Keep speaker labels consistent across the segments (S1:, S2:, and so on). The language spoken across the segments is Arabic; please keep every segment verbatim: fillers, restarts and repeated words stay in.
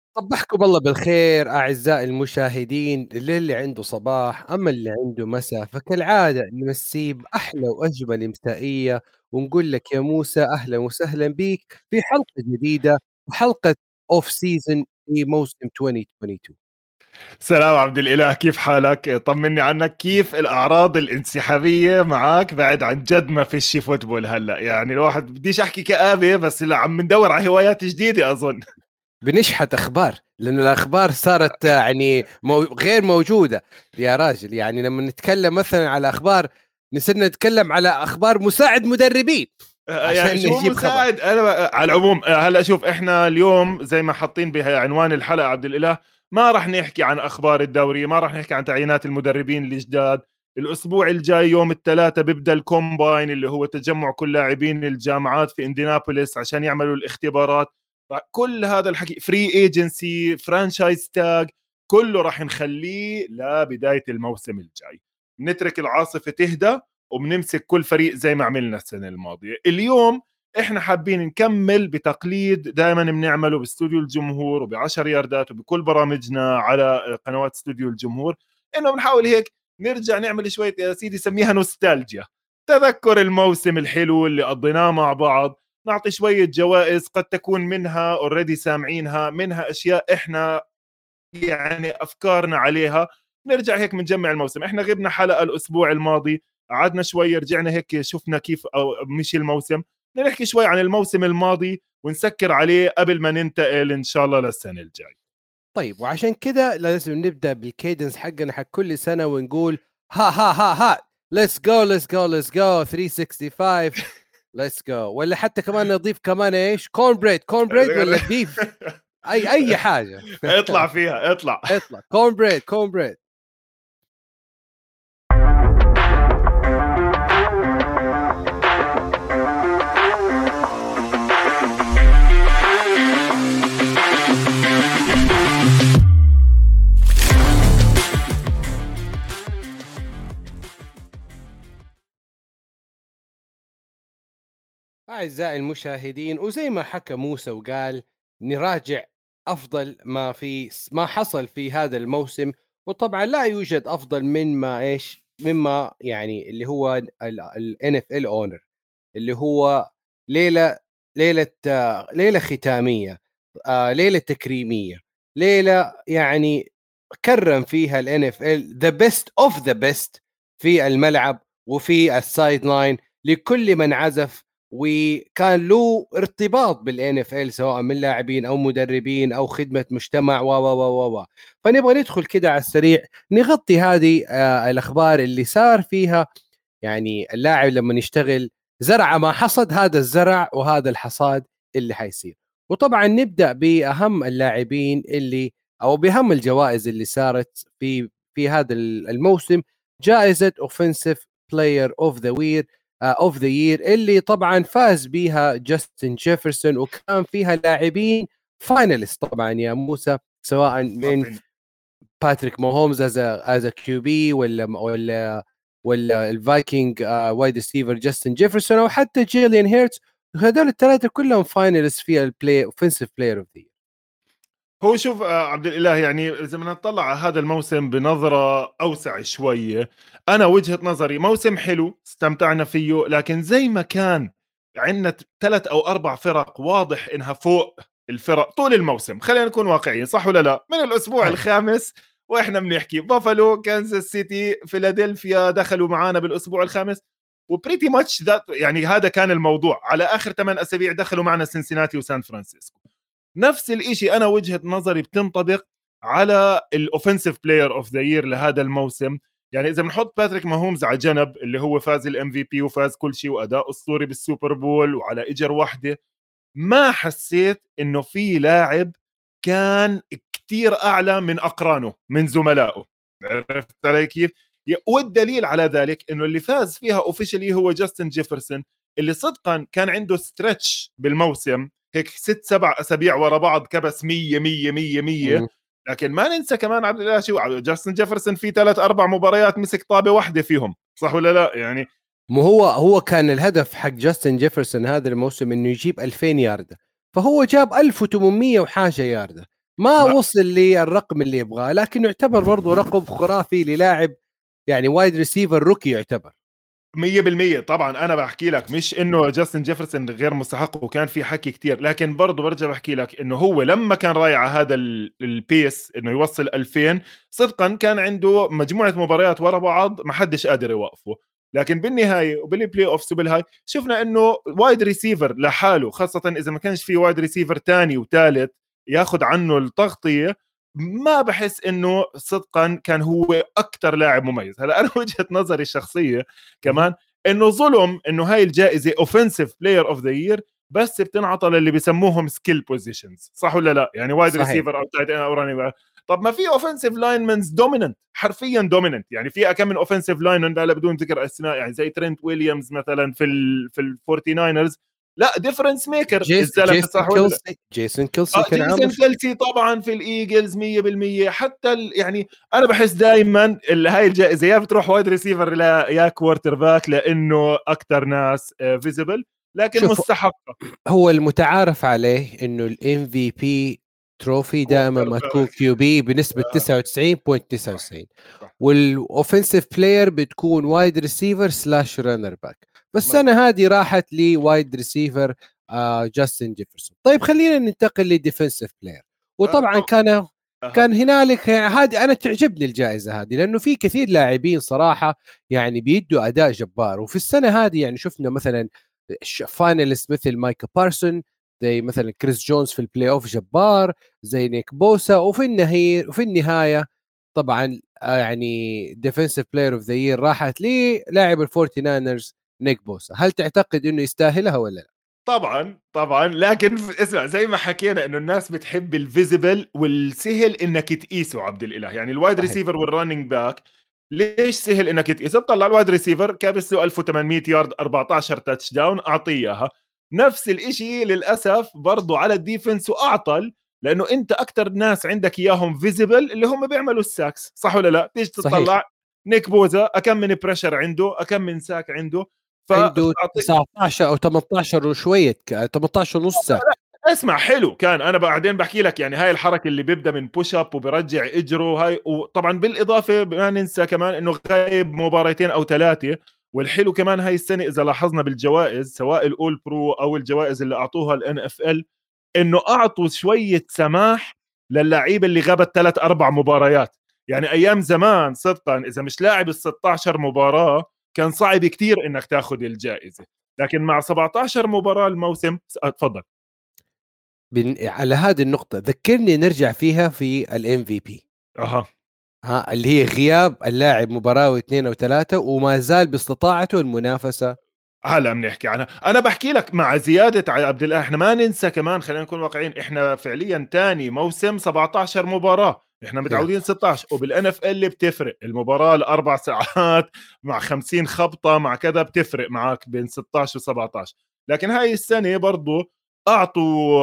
S1: صبحكم الله بالخير أعزائي المشاهدين، للي عنده صباح أما اللي عنده مساء، فكالعادة نمسيه بأحلى وأجمل مسائية، ونقول لك يا موسى أهلا وسهلا بيك في حلقة جديدة وحلقة أوف سيزون في موسم ألفين واثنين وعشرين.
S2: سلام عبد الإله، كيف حالك؟ طمني عنك، كيف الأعراض الانسحابية معك؟ بعد عن جد ما فيش فوتبول هلأ، يعني الواحد بديش أحكي كآبة، بس لا عم ندور على هوايات جديدة أظن.
S1: بنشحت أخبار لأن الأخبار صارت يعني مو غير موجودة يا راجل. يعني لما نتكلم مثلا على أخبار نصير نتكلم على أخبار مساعد مدربين
S2: يعني
S1: عشان
S2: شو
S1: نجيب خبر.
S2: مساعد؟ أنا على العموم هلأ شوف، إحنا اليوم زي ما حاطين بعنوان الحلقة عبد الإله، ما راح نحكي عن أخبار الدوري، ما راح نحكي عن تعيينات المدربين الجداد. الأسبوع الجاي يوم الثلاثاء بيبدأ الكومباين اللي هو تجمع كل لاعبين الجامعات في إنديانابوليس عشان يعملوا الاختبارات. كل هذا الحكي فري ايجنسي فرانشايز تاج كله راح نخليه لبداية الموسم الجاي. نترك العاصفة تهدى وبنمسك كل فريق زي ما عملنا السنة الماضية. اليوم احنا حابين نكمل بتقليد دائما بنعمله باستوديو الجمهور وبعشر ياردات وبكل برامجنا على قنوات استوديو الجمهور، انه بنحاول هيك نرجع نعمل شوية يا سيدي سميها نوستالجيا، تذكر الموسم الحلو اللي قضيناه مع بعض. نعطي شوية جوائز قد تكون منها اوريدي سامعينها، منها اشياء احنا يعني افكارنا عليها. نرجع هيك بنجمع الموسم. احنا غبنا حلقة الاسبوع الماضي، قعدنا شوي، رجعنا هيك شفنا كيف أو مشي الموسم. نحكي شوي عن الموسم الماضي ونسكر عليه قبل ما ننتقل ان شاء الله للسنة الجاي.
S1: طيب وعشان كده لازم نبدأ بالكيدنس حقنا حق كل سنة ونقول ها ها ها ها let's go let's go let's go ثلاثمية وخمسة وستين let's go، ولا حتى كمان نضيف كمان ايش كورن بريد كورن بريد ولا بيف، اي اي حاجة
S2: اطلع فيها اطلع.
S1: اطلع كورن بريد كورن بريد. أعزائي المشاهدين، وزي ما حكى موسى وقال نراجع أفضل ما في ما حصل في هذا الموسم، وطبعا لا يوجد أفضل من ما إيش مما يعني اللي هو ال إن إف إل Honor، اللي هو ليلة ليلة آه، ليلة ختامية، آه، ليلة تكريمية، ليلة يعني كرم فيها ال إن إف إل the best of the best في الملعب وفي السايد لاين لكل من عزف وكان له ارتباط بالان اف ال سواء من لاعبين او مدربين او خدمه مجتمع و و و و فنبغى ندخل كده على السريع نغطي هذه آه الاخبار اللي صار فيها. يعني اللاعب لما يشتغل زرع ما حصد، هذا الزرع وهذا الحصاد اللي حيصير. وطبعا نبدا باهم اللاعبين اللي او باهم الجوائز اللي صارت في في هذا الموسم. جائزه اوفنسيف بلاير اوف ذا وير اوف ذا يير اللي طبعا فاز بها جاستن جيفرسون، وكان فيها لاعبين فاينلست طبعا يا موسى، سواء من باتريك ماهومز از از كيو بي ولا ولا ولا الفايكنج وايد ريسيفر جاستن جيفرسون او حتى جيلين هيرتز. هذول الثلاثه كلهم فاينلست في البلاي اوفنسيف بلاير اوف ذا.
S2: هو شوف آه، عبد الإله، يعني إذا بدنا نطلع على هذا الموسم بنظرة أوسع شوية، أنا وجهة نظري موسم حلو استمتعنا فيه، لكن زي ما كان عندنا ثلاث أو أربع فرق واضح إنها فوق الفرق طول الموسم. خلينا نكون واقعيين، صح ولا لا؟ من الأسبوع
S1: صحيح.
S2: الخامس وإحنا بنحكي بافالو، كانزاس سيتي، فيلادلفيا دخلوا معانا بالأسبوع الخامس، وبريتي ماتش ذات، يعني هذا كان الموضوع. على آخر ثمان أسابيع دخلوا معنا سنسيناتي وسان فرانسيسكو. نفس الاشي انا وجهة نظري بتنطبق على الاوفنسيف بلاير اوف ذا يير لهذا الموسم. يعني اذا بنحط باتريك ماهومز على جنب اللي هو فاز الام في بي وفاز كل شيء واداء اسطوري بالسوبر بول وعلى اجر واحده، ما حسيت انه في لاعب كان كتير اعلى من اقرانه من زملائه. عرفت علي كيف؟ والدليل على ذلك انه اللي فاز فيها اوفيشلي هو جاستن جيفرسون، اللي صدقا كان عنده ستريتش بالموسم هيك ست سبع اسابيع ورا بعض كبس مية مية مية مية. لكن ما ننسى كمان عبد الله شو جاستن جيفرسون في ثلاث اربع مباريات مسك طابه واحده فيهم، صح ولا لا؟ يعني
S1: مو هو هو كان الهدف حق جاستن جيفرسون هذا الموسم انه يجيب ألفين ياردة، فهو جاب ألف وثمانمية وحاجه ياردة. ما وصل للرقم اللي يبغاه، لكن يعتبر برضه رقم خرافي للاعب يعني وايد ريسيفر روكي يعتبر.
S2: مية بالمية. طبعا انا بحكي لك مش انه جاستن جيفرسون غير مستحق، وكان في حكي كتير، لكن برضه برجع بحكي لك انه هو لما كان رايح على هذا البيس انه يوصل ألفين، صدقا كان عنده مجموعة مباريات ورا بعض ما حدش قادر يوقفه. لكن بالنهاية وبالبلاي اوفس وبالهاي شفنا انه وايد ريسيفر لحاله، خاصة اذا ما كانش في وايد ريسيفر تاني وثالث ياخد عنه التغطية، ما بحس انه صدقا كان هو اكتر لاعب مميز. هلا انا وجهة نظري الشخصية كمان انه ظلم انه هاي الجائزة اوفنسيف بلاير اوف ذا يير بس بتنعطى للي بيسموهم سكيل بوزيشنز، صح ولا لا؟ يعني وايد ريسيفر او تايت اند او راني. طب ما في اوفنسيف لاينمنز دوميننت، حرفيا دوميننت، يعني في كم من اوفنسيف لاينمن لا بدون ذكر اسماء، يعني زي ترينت ويليامز مثلا في ال في الفورتي ناينرز، لا ديفرنس ميكر الزلمه، صح ولا لا؟
S1: جيسون كيلسي
S2: اه
S1: كان
S2: جيسون
S1: عامل
S2: كيلسي طبعا في الايجلز مية بالمية. حتى يعني انا بحس دائما هاي الجائزه يا بتروح وايد ريسيفر لا يا كوارتر باك، لانه اكثر ناس فيزيبل، لكن مستحقه.
S1: هو المتعارف عليه انه الام في بي تروفي دائما ما تكون كيو بي بنسبه تسعة وتسعين فاصلة تسعة وتسعين، والاوفنسيف بلاير بتكون وايد ريسيفر سلاش رانر باك، بس السنه هذه راحت لي وايد ريسيفر آه جاستن جيفرسون. طيب خلينا ننتقل للديفنسيف بلاير، وطبعا آه كان أه. كان هنالك هذه انا تعجبني الجائزه هذه لانه في كثير لاعبين صراحه يعني بيدوا اداء جبار، وفي السنه هذه يعني شفنا مثلا فاينلست مثل مايكل بارسون، زي مثلا كريس جونز في البلاي اوف جبار، زي نيك بوسا، وفي النهايه وفي النهايه طبعا يعني ديفنسيف بلاير اوف ذا يير راحت لي لاعب الفورتي ناينرز نيك بوسا. هل تعتقد انه يستاهلها ولا لا؟
S2: طبعا طبعا، لكن اسمع زي ما حكينا انه الناس بتحب الفيزيبل والسهل انك تقيسه عبد الاله، يعني الوايد ريسيفر والرننج باك ليش سهل انك تقيسه؟ بطلع الوايد ريسيفر كابس له ألف وثمانمية يارد أربعة عشر تاتش داون اعطيه اياها، نفس الاشي للاسف برضو على الديفنس واعطل، لانه انت اكتر ناس عندك اياهم فيزيبل اللي هم بيعملوا الساكس، صح ولا لا؟ تيجي تطلع نيك بوزا اكم من بريشر عنده، اكم من ساك عنده،
S1: عنده تسعة عشر او ثمانية عشر وشويه، ثمانية عشر ونص ساك.
S2: اسمع حلو كان، انا بعدين بحكي لك يعني هاي الحركه اللي بيبدا من بوش اب وبرجع اجره هاي، وطبعا بالاضافه ما ننسى كمان انه غايب مباراتين او ثلاثه. والحلو كمان هاي السنه اذا لاحظنا بالجوائز سواء الاول برو او الجوائز اللي اعطوها الان اف ال، انه اعطوا شويه سماح للاعيبه اللي غابت ثلاث اربع مباريات. يعني ايام زمان صدقا اذا مش لاعب ال ستة عشر مباراه كان صعب كتير انك تاخذ الجائزه، لكن مع سبعة عشر مباراه الموسم. تفضل.
S1: بن... على هذه النقطة ذكرني نرجع فيها في الام في بي،
S2: اها
S1: ها اللي هي غياب اللاعب مباراة واثنين او ثلاثة وما زال باستطاعته المنافسة.
S2: هلا بنحكي عنها، انا بحكي لك مع زياده على عبد الله، احنا ما ننسى كمان، خلينا نكون واقعيين، احنا فعليا ثاني موسم سبعة عشر مباراه، احنا متعودين ستة عشر، وبالان اف ال بتفرق المباراه الاربع ساعات مع خمسين خبطه مع كذا بتفرق معك بين ستة عشر و سبعة عشر. لكن هاي السنه برضو اعطوا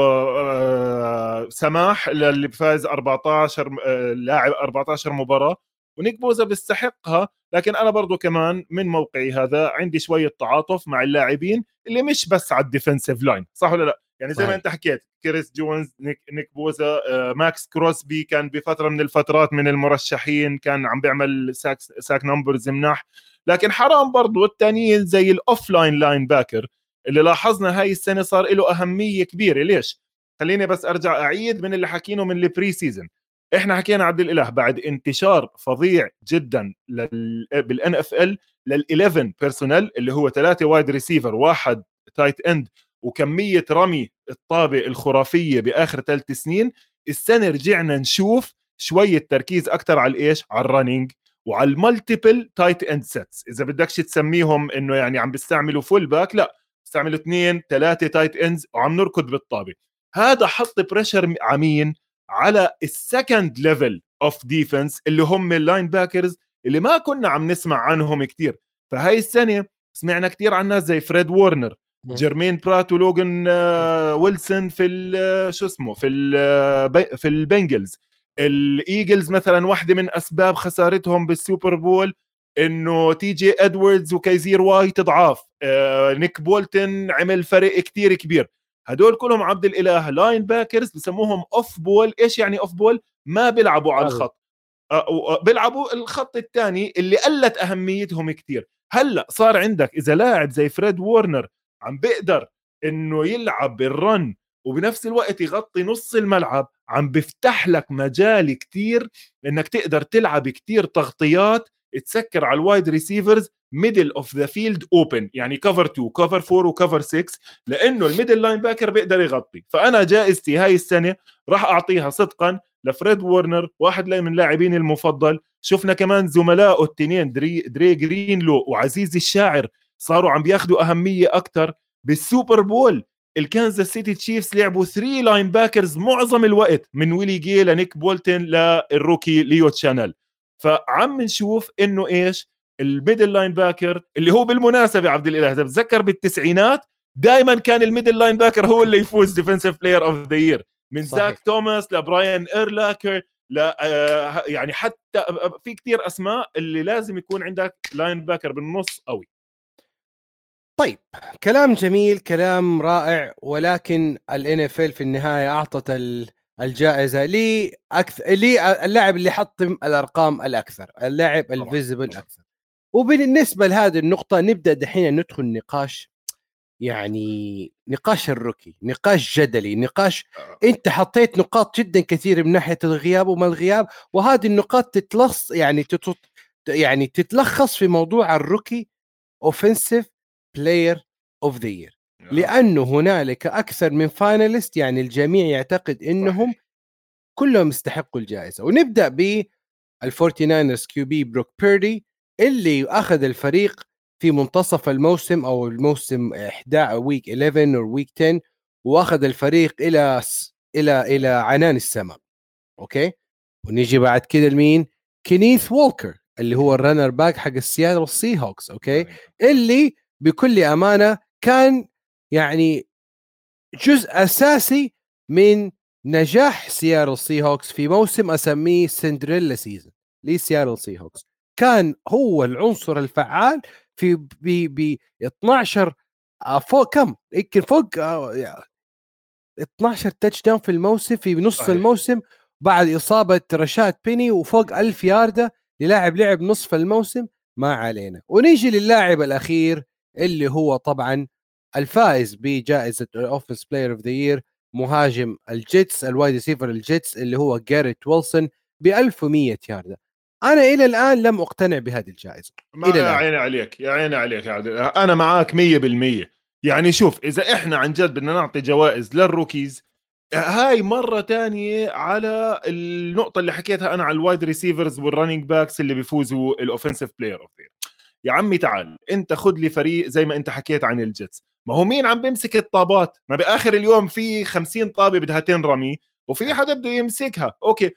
S2: آه سماح للي بفاز أربعة عشر آه لاعب أربعة عشر مباراه، ونيك بوزا بيستحقها. لكن انا برضو كمان من موقعي هذا عندي شويه تعاطف مع اللاعبين اللي مش بس على الديفنسيف لاين، صح ولا لا؟ يعني زي
S1: صحيح.
S2: ما انت حكيت كريس جونز، نيك, نيك بوزا، آه، ماكس كروسبي كان بفتره من الفترات من المرشحين، كان عم بيعمل ساك ساك نمبرز مناح. لكن حرام برضو الثانيين زي الاوف لاين لاين باكر اللي لاحظنا هاي السنه صار له اهميه كبيره. ليش؟ خليني بس ارجع اعيد من اللي حكينه من البري سيزن. احنا حكينا عبد الاله بعد انتشار فظيع جدا بالان اف ال لل11 بيرسونال اللي هو ثلاثه وايد ريسيفر واحد تايت اند وكميه رمي الطابه الخرافيه باخر ثلاث سنين، السنه رجعنا نشوف شويه تركيز اكثر على ايش؟ على الرننج وعلى المالتيبل تايت اند سيتس، اذا بدكش تسميهم انه يعني عم بيستعملوا فول باك، لا بيستعملوا اثنين ثلاثه تايت اندز وعم نركض بالطابه. هذا حط بريشر عمين على السكند ليفل اوف ديفنس اللي هم اللاين باكرز اللي ما كنا عم نسمع عنهم كتير. فهاي السنه سمعنا كتير عن ناس زي فريد وورنر، جيرمين برات، ولوغان ويلسون في شو اسمه في في البنجلز. الايجلز مثلا واحده من اسباب خسارتهم بالسوبر بول انه تي جي ادواردز وكايزير وايت ضعاف، نيك بولتن عمل فرق كتير كبير. هدول كلهم عبد الاله لاين باكرز بسموهم اوف بول. ايش يعني اوف بول؟ ما بيلعبوا على الخط، بيلعبوا الخط الثاني اللي قلت اهميتهم كتير. هلا صار عندك اذا لاعب زي فريد وورنر عم بيقدر انه يلعب بالرن وبنفس الوقت يغطي نص الملعب، عم بفتح لك مجال كتير انك تقدر تلعب كتير تغطيات تسكر على الوايد ريسيفرز ميدل اوف ذا فيلد اوبن، يعني كفر اتنين كفر أربعة وكفر ستة، لانه الميدل لاين باكر بيقدر يغطي. فانا جائزتي هاي السنه راح اعطيها صدقا لفريد وورنر، واحد من لاعبين المفضل. شفنا كمان زملائه التنين دري, دري جرينلو وعزيز الشاعر صاروا عم بياخدوا أهمية أكتر. بالسوبر بول الكانزاس سيتي تشيفز لعبوا ثري لاين باكرز معظم الوقت، من ويلي جي لنيك بولتن للروكي ليو تشانل. فعم نشوف انه ايش الميدل لاين باكر اللي هو بالمناسبة عبد الإله اذا بتذكر بالتسعينات دائما كان الميدل لاين باكر هو اللي يفوز ديفنسيف بلاير اوف ذا يير، من صحيح. زاك توماس لبراين إيرلاكر لا آه يعني حتى في كتير اسماء اللي لازم يكون عندك لاين باكر بالنص قوي.
S1: طيب كلام جميل، كلام رائع، ولكن ال إن إف إل في النهاية أعطت الجائزة لي أكثر لي اللاعب اللي حطم الأرقام الأكثر، اللاعب الفيزيبل أكثر. وبالنسبة لهذه النقطة نبدأ دحين ندخل نقاش، يعني نقاش الروكي، نقاش جدلي، نقاش انت حطيت نقاط جدا كثيره من ناحيه الغياب وما الغياب، وهذه النقاط تتلص يعني تتط... يعني تتلخص في موضوع الروكي اوفنسيف بلاير اوف ذا يير، لانه هنالك اكثر من فايناليست، يعني الجميع يعتقد انهم صحيح. كلهم يستحقوا الجائزه. ونبدا ب الفورتي ناينرز كيو بي بروك بيردي اللي اخذ الفريق في منتصف الموسم او الموسم إحدى ويك إحداشر او ويك عشرة، واخذ الفريق الى الى الى عنان السماء. اوكي، ونيجي بعد كده لمين؟ كينيث وولكر اللي هو الرنر باك حق السياتل سي هوكس. اوكي، اللي بكل امانه كان يعني جزء اساسي من نجاح سياتل سي هوكس في موسم اسميه سندريلا سيزون لسياتل سي هوكس. كان هو العنصر الفعال في ب ب اثناشر فوق كم يمكن فوق اثناشر تاتش داون في الموسم، في نص صحيح. الموسم بعد إصابة رشاد بيني وفوق ألف ياردة للاعب لعب نصف الموسم. ما علينا، ونيجي للاعب الأخير اللي هو طبعا الفائز بجائزة أوفنس بلاير اوف ذا يير، مهاجم الجيتس الوايد ريسيفر الجيتس اللي هو جاريت ويلسون ب ألف ومية ياردة. أنا إلى الآن لم أقتنع بهذه الجائزة.
S2: ما يا عيني عليك يا عيني عليك يا عدل. أنا معاك مية بالمية. يعني شوف إذا إحنا عن جد بدنا نعطي جوائز للروكيز، هاي مرة تانية على النقطة اللي حكيتها أنا على الوايد ريسيفرز والرننج باكس اللي بيفوزوا الأوفنسيف بلاير أوف ذا. يا عمي تعال أنت خد لي فريق زي ما أنت حكيت عن الجيتس، ما هو مين عم بيمسك الطابات؟ ما بآخر اليوم في خمسين طابة بدها تنرمي وفي حدا بده يمسكها. أوكي،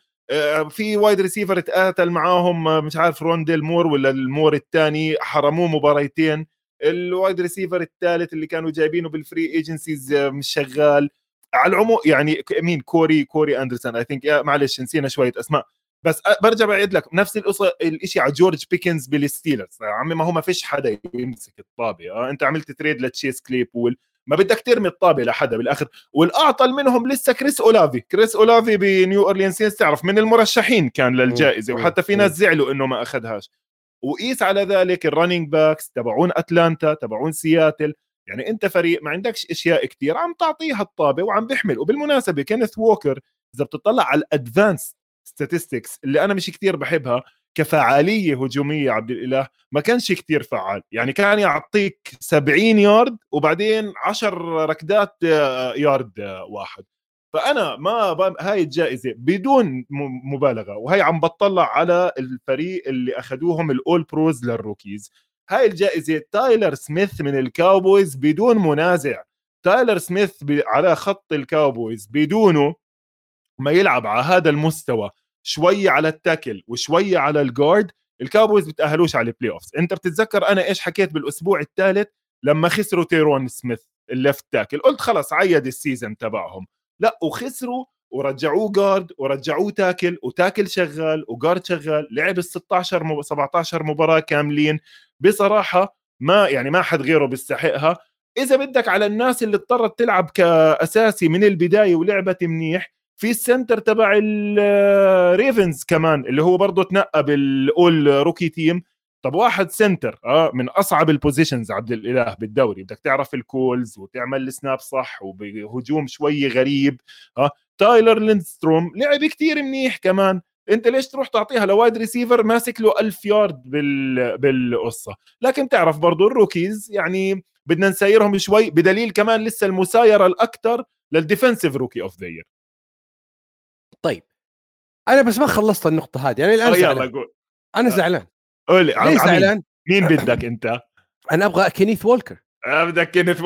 S2: في وايد ريسيفر تقاتل معاهم مش عارف رونديل مور ولا المور الثاني، حرموه مباريتين. الوايد ريسيفر الثالث اللي كانوا جايبينه بالفري ايجنسيز مش شغال. على العموم يعني مين كوري كوري اندرسون اي ثينك، معلش نسينا شويه اسماء. بس برجع بعيد لك نفس القصه الاشي على جورج بيكنز بالستيلرز. يا عمي ما هو ما فيش حدا يمسك الطابه. اه انت عملت تريد لتشيس كليبول، ما بدك ترمي الطابه لحدا بالاخر. والاعطل منهم لسه كريس اولافي كريس اولافي بنيو اورليانز، تعرف من المرشحين كان للجائزه، وحتى في ناس زعلوا انه ما اخذهاش. وقيس على ذلك الرننج باكس تبعون اتلانتا تبعون سياتل. يعني انت فريق ما عندكش اشياء كتير عم تعطيها الطابه وعم بيحمل. وبالمناسبه كينيث ووكر اذا بتطلع على الادفانس ستاتستكس اللي انا مش كتير بحبها كفعاليه هجوميه عبد الاله، ما كانش كتير فعال. يعني كان يعطيك سبعين يارد وبعدين عشر ركضات يارد واحد. فانا ما ب... هاي الجائزه بدون مبالغه، وهي عم بطلع على الفريق اللي اخذوهم الاول بروز للروكيز. هاي الجائزه تايلر سميث من الكاوبويز بدون منازع. تايلر سميث ب... على خط الكاوبويز بدونه ما يلعب على هذا المستوى، شويه على التاكل وشويه على الجارد، الكاوبويز بتأهلوش على البلاي اوفز. انت بتتذكر انا ايش حكيت بالاسبوع الثالث لما خسروا تيرون سميث الليفت تاكل؟ قلت خلاص عيد السيزن تبعهم. لا، وخسروا ورجعوه جارد ورجعوه تاكل، وتاكل شغال وجارد شغال. لعب ال ستاشر سبعتاشر مباراة كاملين. بصراحة ما يعني ما حد غيره بيستحقها. اذا بدك على الناس اللي اضطرت تلعب كاساسي من البدايه ولعبت منيح، في السنتر تبع الريفنز كمان اللي هو برضه تنقى بالاول روكي تيم. طب واحد سنتر اه من اصعب البوزيشنز عبد الاله بالدوري، بدك تعرف الكولز وتعمل السناب صح وبهجوم شوي غريب. اه تايلر ليندستروم لعب كتير منيح كمان، انت ليش تروح تعطيها لوايد ريسيفر ماسك له ألف يارد بال بالقصه؟ لكن تعرف برضو الروكيز يعني بدنا نسيرهم شوي، بدليل كمان لسه المسايره الاكثر للديفنسيف روكي اوف ذا يير.
S1: طيب انا بس ما خلصت النقطه هذه، يعني الان
S2: اه
S1: زعلان.
S2: يلا قول.
S1: انا زعلان.
S2: قول
S1: ليه
S2: عمين
S1: زعلان؟
S2: مين بدك انت؟
S1: انا ابغى كينيث وولكر.
S2: آه، بدك كنت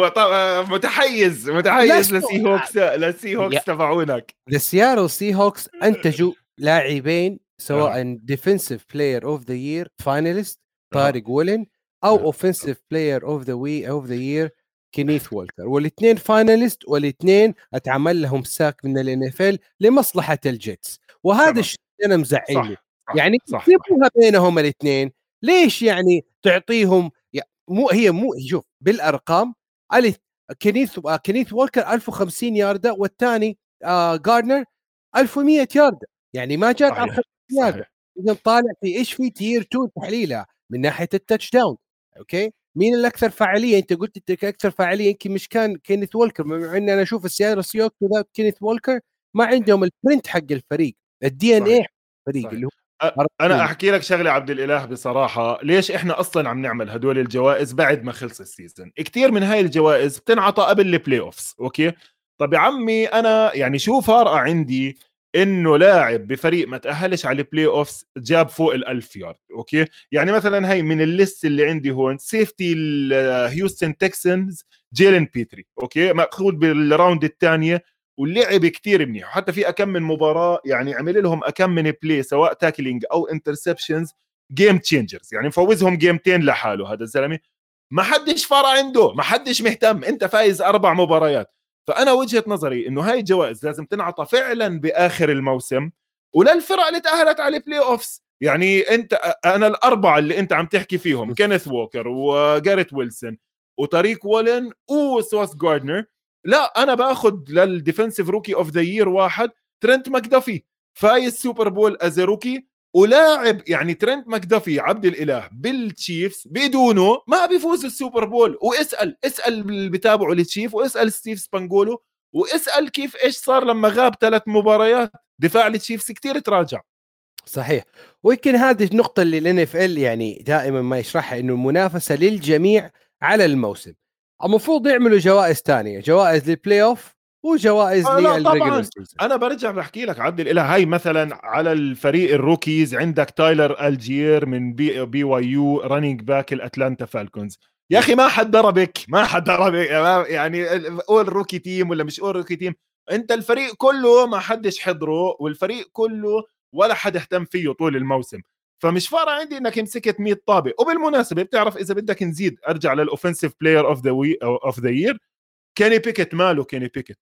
S2: متحيز متحيز لسي هوكس لسي هوكس تبعونك.
S1: السيارة سي هوكس انتجوا لاعبين سواء ديفنسيف بلاير اوف ذا يير فاينالست طارق ويلن او اوفنسيف بلاير اوف ذا وي اوف ذا يير كينيث وولكر، والاثنين فاينالست والاثنين اتعمل لهم ساك من الان اف ال لمصلحه الجيتس، وهذا الشيء انا مزعلني. يعني يسيبوها بينهم الاثنين ليش؟ يعني تعطيهم مو هي مو شوف بالارقام الف كينيث كينيث وولكر ألف وخمسين يارده والثاني آه جاردنر ألف ومئة يارده، يعني ما جات ألف وخمسين يارده. اذا طالع في ايش في تير اثنين تحليلها من ناحيه التاتش داون. اوكي مين الاكثر فعاليه؟ انت قلت انت اكثر فعاليه يمكن مش كان كينيث وولكر، مع ان انا اشوف السياره سيوك وذا كينيث وولكر ما عندهم البرنت حق الفريق، الدي ان اي الفريق اللي هو
S2: انا احكي لك شغله عبد الاله بصراحه، ليش احنا اصلا عم نعمل هدول الجوائز بعد ما خلص السيزون؟ كتير من هاي الجوائز بتنعطى قبل البلاي اوفز. اوكي طب يا عمي انا يعني شو فارقه عندي انه لاعب بفريق ما تاهلش على البلاي اوفز جاب فوق الألف يارد؟ اوكي يعني مثلا هاي من الليست اللي عندي هون سيفتي الهيوستن تكسنز جيلن بيتري، اوكي ماخذ بالراوند الثانيه ولعب كتير منيح، وحتى في أكم من مباراة يعني عمل لهم أكم من بلاي سواء تاكلينج أو انترسبشنز جيم تشينجرز، يعني مفوزهم جيمتين لحاله هذا الزلمة. ما حدش فرع عنده، ما حدش مهتم، أنت فايز أربع مباريات. فأنا وجهة نظري إنه هاي الجوائز لازم تنعطى فعلا بآخر الموسم وللفرق اللي تأهلت على البلاي أوفس. يعني أنت أنا الأربعة اللي أنت عم تحكي فيهم كينيث ووكر وجاريت ويلسون وطريق وولن وسوس جاردنر، لا انا باخذ للديفنسيف روكي اوف ذا يير واحد ترنت ماكدافي فايز سوبر بول از روكي ولاعب، يعني ترنت ماكدافي عبد الاله بالتشيفز بدونه ما بيفوز السوبر بول. واسال اسال اللي بتابعوا التشيف واسال ستيف سبانجولو واسال كيف ايش صار لما غاب ثلاث مباريات دفاع التشيفز كتير تراجع.
S1: صحيح، ويمكن هذه النقطة اللي الان اف ال يعني دائما ما يشرحها انه المنافسة للجميع على الموسم، المفروض يعملوا جوائز ثانيه، جوائز للبلاي اوف وجوائز
S2: آه
S1: للريجولر سيزون.
S2: انا برجع بحكي لك عبد الاله هاي مثلا على الفريق الروكيز عندك تايلر الجير من بي, بي واي يو رننج باك الاتلانتا فالكونز. يا اخي ما حد ضربك، ما حد ضربك يعني اول روكي تيم ولا مش اول روكي تيم، انت الفريق كله ما حدش حضره والفريق كله ولا حد اهتم فيه طول الموسم. فمش فارق عندي انك مسكت مية طابه. وبالمناسبه بتعرف اذا بدك نزيد ارجع للاوفنسيف بلاير اوف ذا وي اوف ذا يير كيني بيكت. ماله كيني بيكت؟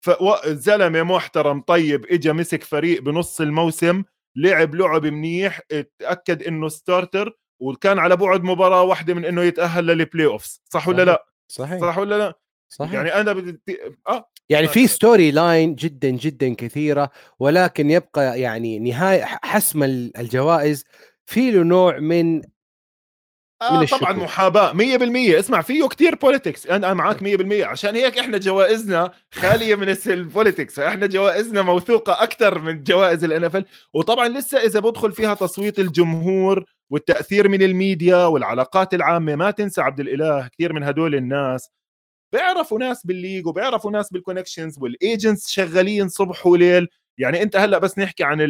S2: فزلمه محترم طيب اجى مسك فريق بنص الموسم لعب لعب منيح، اتاكد انه ستارتر وكان على بعد مباراه واحده من انه يتاهل للبلاي اوفز. صح ولا لا؟
S1: صحيح
S2: صح ولا لا؟
S1: صحيح.
S2: يعني انا بدي اه
S1: يعني في ستوري لاين جدا جدا كثيره، ولكن يبقى يعني نهايه حسم الجوائز في له نوع من
S2: آه طبعا محاباه مية بالمية. اسمع فيه كتير بوليتكس، انا معك مية بالمية، عشان هيك احنا جوائزنا خاليه من البوليتكس، فاحنا جوائزنا موثوقه اكثر من جوائز الان اف ال. وطبعا لسه اذا بدخل فيها تصويت الجمهور والتاثير من الميديا والعلاقات العامه، ما تنسى عبد الاله كثير من هدول الناس بيعرفوا ناس بالليج وبيعرفوا ناس بالكونكشنز والايجنتس شغالين صبح وليل. يعني انت هلا بس نحكي عن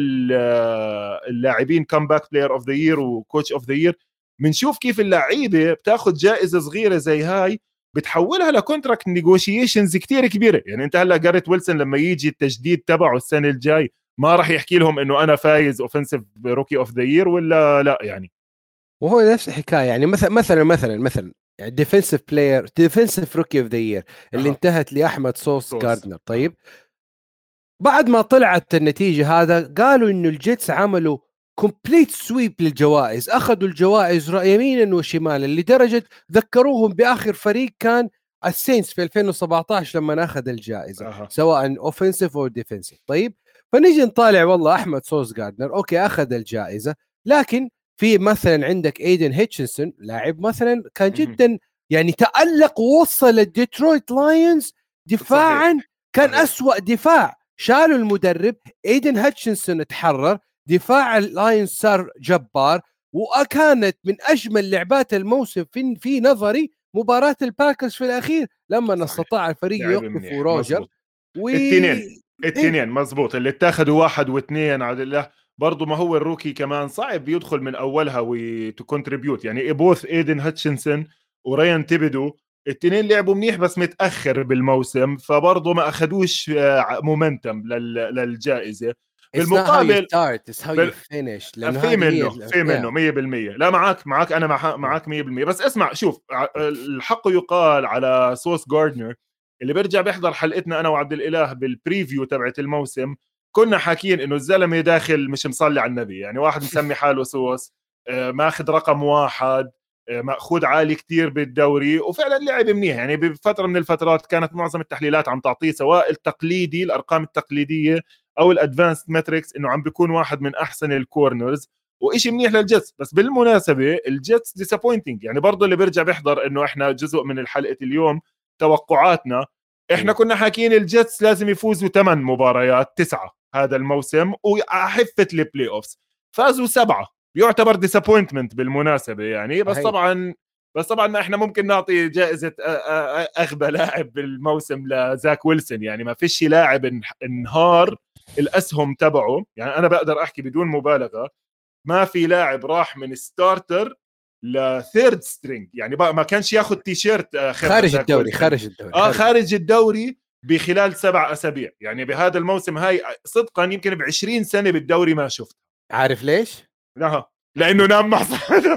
S2: اللاعبين كامباك بلاير اوف ذا يير وكوتش اوف ذا يير، بنشوف كيف اللعيبه بتاخذ جائزه صغيره زي هاي بتحولها لكونتراكت نيغوشيشنز كتير كبيره. يعني انت هلا جاريت ويلسون لما يجي التجديد تبعه السنه الجاي ما راح يحكي لهم انه انا فايز اوفنسيف روكي اوف ذا يير ولا لا. يعني
S1: وهو نفس الحكايه، يعني مثلا مثلا مثلا مثلا ديفنسيف بلاير ديفنسيف روكي اوف ذا يير اللي أه. انتهت لاحمد صوص جاردنر. طيب بعد ما طلعت النتيجه هذا قالوا انه الجيتس عملوا كومبليت سويب للجوائز، اخذوا الجوائز يمينا وشمالا لدرجه ذكروهم باخر فريق كان السينس في ألفين وسبعطعش لما اخذ الجائزه
S2: أه.
S1: سواء اوفنسيف او ديفنسيف. طيب فنيجي نطالع والله احمد سوس جاردنر اوكي اخذ الجائزه، لكن في مثلا عندك ايدن هيتشنسون لاعب مثلا كان جدا يعني تألق ووصل الديترويت لايونز دفاعا
S2: صحيح.
S1: كان
S2: صحيح.
S1: أسوأ دفاع، شالوا المدرب ايدن هيتشنسون تحرر، دفاع اللايونز صار جبار، وكانت من اجمل لعبات الموسم في في نظري مباراه الباكرز في الاخير لما
S2: صحيح.
S1: استطاع الفريق
S2: لعب
S1: يوقف
S2: منيح.
S1: روجر و
S2: التنين
S1: إيه؟
S2: التنين مزبوط اللي اتاخدوا واحد واثنين عبد الله. برضه ما هو الروكي كمان صعب يدخل من اولها وتكونتريبيوت، يعني بوث ايدن هاتشنسون وريان تيبدو التنين لعبوا منيح بس متاخر بالموسم، فبرضه ما اخذوش مومنتم للجائزه.
S1: It's not how you
S2: بالمقابل
S1: start, it's how you
S2: بال...
S1: finish. لأنه
S2: في
S1: هذه هي
S2: منه
S1: ال
S2: في منه
S1: yeah.
S2: مية بالمية. لا معك معك انا مع... معك مية بالمية. بس اسمع شوف الحق يقال على سوس جاردنر اللي بيرجع بيحضر حلقتنا انا وعبد الاله بالبريفيو تبعت الموسم، كنا حاكيين انه الزلمه داخل مش مصلي على النبي، يعني واحد مسمي حاله سوس ماخذ رقم واحد مأخوذ عالي كتير بالدوري، وفعلا لعب منيح. يعني بفتره من الفترات كانت معظم التحليلات عم تعطيه سواء التقليدي الارقام التقليديه او الادفانسد ماتريكس انه عم بيكون واحد من احسن الكورنرز وإشي منيح للجيتس. بس بالمناسبه الجيتس ديسابوينتنج، يعني برضه اللي بيرجع بيحضر انه احنا جزء من الحلقه اليوم توقعاتنا، احنا كنا حاكيين الجيتس لازم يفوزوا ثمان مباريات تسعه هذا الموسم وحفه البلاي اوفز، فازوا سبعه، يعتبر ديسابوينتمنت بالمناسبه يعني. بس طبعا بس طبعا ما احنا ممكن نعطي جائزه اغبى لاعب بالموسم لزاك ويلسون، يعني ما فيش لاعب انهار الاسهم تبعه، يعني انا بقدر احكي بدون مبالغه ما في لاعب راح من ستارتر لثيرد سترينج، يعني بقى ما كانش ياخذ تيشيرت
S1: خارج الدوري خارج الدوري
S2: اه خارج الدوري بخلال سبع اسابيع. يعني بهذا الموسم هاي صدقا يمكن ب عشرين سنه بالدوري ما شفت.
S1: عارف ليش؟
S2: لا لانه نام مع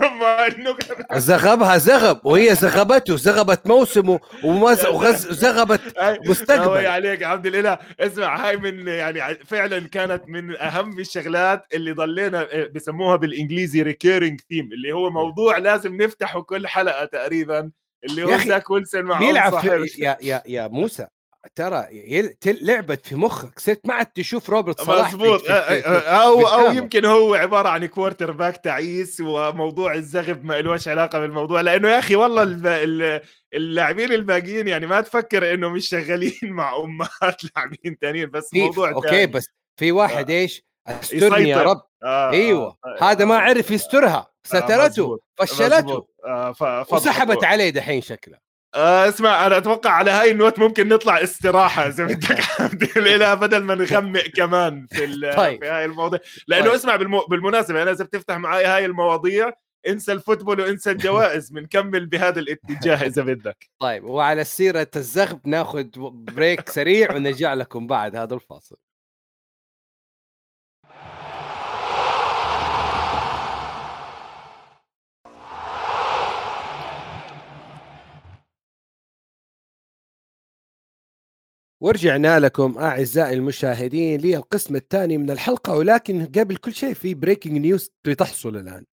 S1: زغبها زغب وهي زغبته زغبت موسمه وزغبت مستقبل.
S2: عليك عبد الاله. اسمع هاي من يعني فعلا كانت من اهم الشغلات اللي ضلينا بسموها بالانجليزي ريكيرنج ثيم، اللي هو موضوع لازم نفتحه كل حلقه تقريبا، اللي هو زاك ويلسون مع
S1: بيلعب في يا يا يا موسى ترى لعبت في مخك، صرت ما عاد تشوف روبرت صلاح
S2: مظبوط. او او يمكن هو عباره عن كوارتر باك تعيس، وموضوع الزغب ما لهش علاقه بالموضوع، لانه يا اخي والله اللاعبين الباقيين يعني ما تفكر انه مش شغالين مع امهات لاعبين ثانيين، بس موضوع
S1: اوكي
S2: تاني.
S1: بس في واحد آه. ايش استرني يا رب. آه ايوه آه هذا ما عرف يسترها، سترته آه فشلته آه وسحبت عليه دحين شكله.
S2: آه اسمع انا اتوقع على هاي النوت ممكن نطلع استراحه اذا بدك الى بدل ما نغمق كمان في, طيب. في هاي المواضيع، لانه طيب. اسمع بالمو... بالمناسبه انا اذا بتفتح معي هاي المواضيع انسى الفوتبول وانسى الجوائز، بنكمل بهذا الاتجاه اذا بدك.
S1: طيب وعلى سيره الزغب ناخذ بريك سريع ونرجع لكم بعد هذا الفاصل. ورجعنا لكم أعزائي المشاهدين للقسم الثاني من الحلقة، ولكن قبل كل شيء في بريكنج نيوز بتحصل الآن.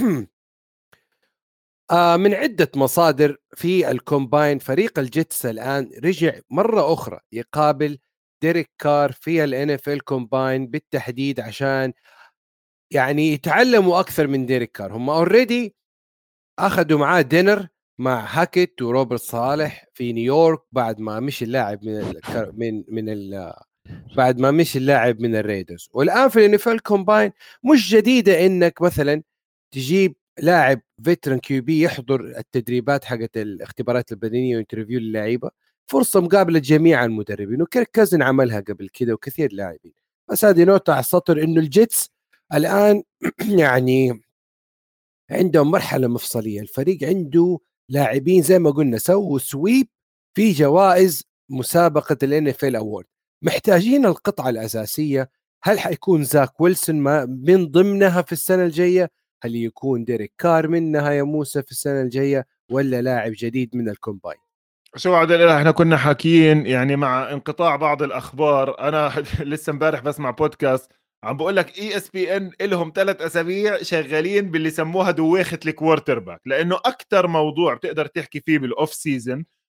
S1: آه من عدة مصادر في الكومباين فريق الجيتس الآن رجع مرة أخرى يقابل ديريك كار في ال إن إف إل كومباين بالتحديد عشان يعني يتعلموا أكثر من ديريك كار. هم أوريدي أخذوا معاه دينر مع هاكيت وروبرت صالح في نيويورك بعد ما مشي اللاعب من ال من من ال بعد ما مشي اللاعب من الريدرز، والآن في الانفيل كومباين مش جديدة إنك مثلا تجيب لاعب فيترن كيو بي يحضر التدريبات حقت الاختبارات البدنية وانترفيو للعيبة، فرصة مقابلة جميع المدربين، وكيرك كازن عملها قبل كده وكثير لاعبين. بس هذه نقطة على السطر إنه الجيتس الآن يعني عندهم مرحلة مفصلية، الفريق عنده لاعبين زي ما قلنا سووا سويب في جوائز مسابقة ال إن إف إل أوورد، محتاجين القطعة الأساسية. هل حيكون زاك ويلسون ما من ضمنها في السنة الجاية؟ هل يكون ديريك كار منها يا موسى في السنة الجاية، ولا لاعب جديد من الكومباين؟
S2: شو عبد الاله احنا كنا حاكيين يعني مع انقطاع بعض الاخبار، انا لسه امبارح بسمع بودكاست عم بقول لك اي اس بي ان لهم ثلاث اسابيع شغالين باللي سموها دويخه الكوارتر باك، لانه اكثر موضوع بتقدر تحكي فيه بالاوف سيزون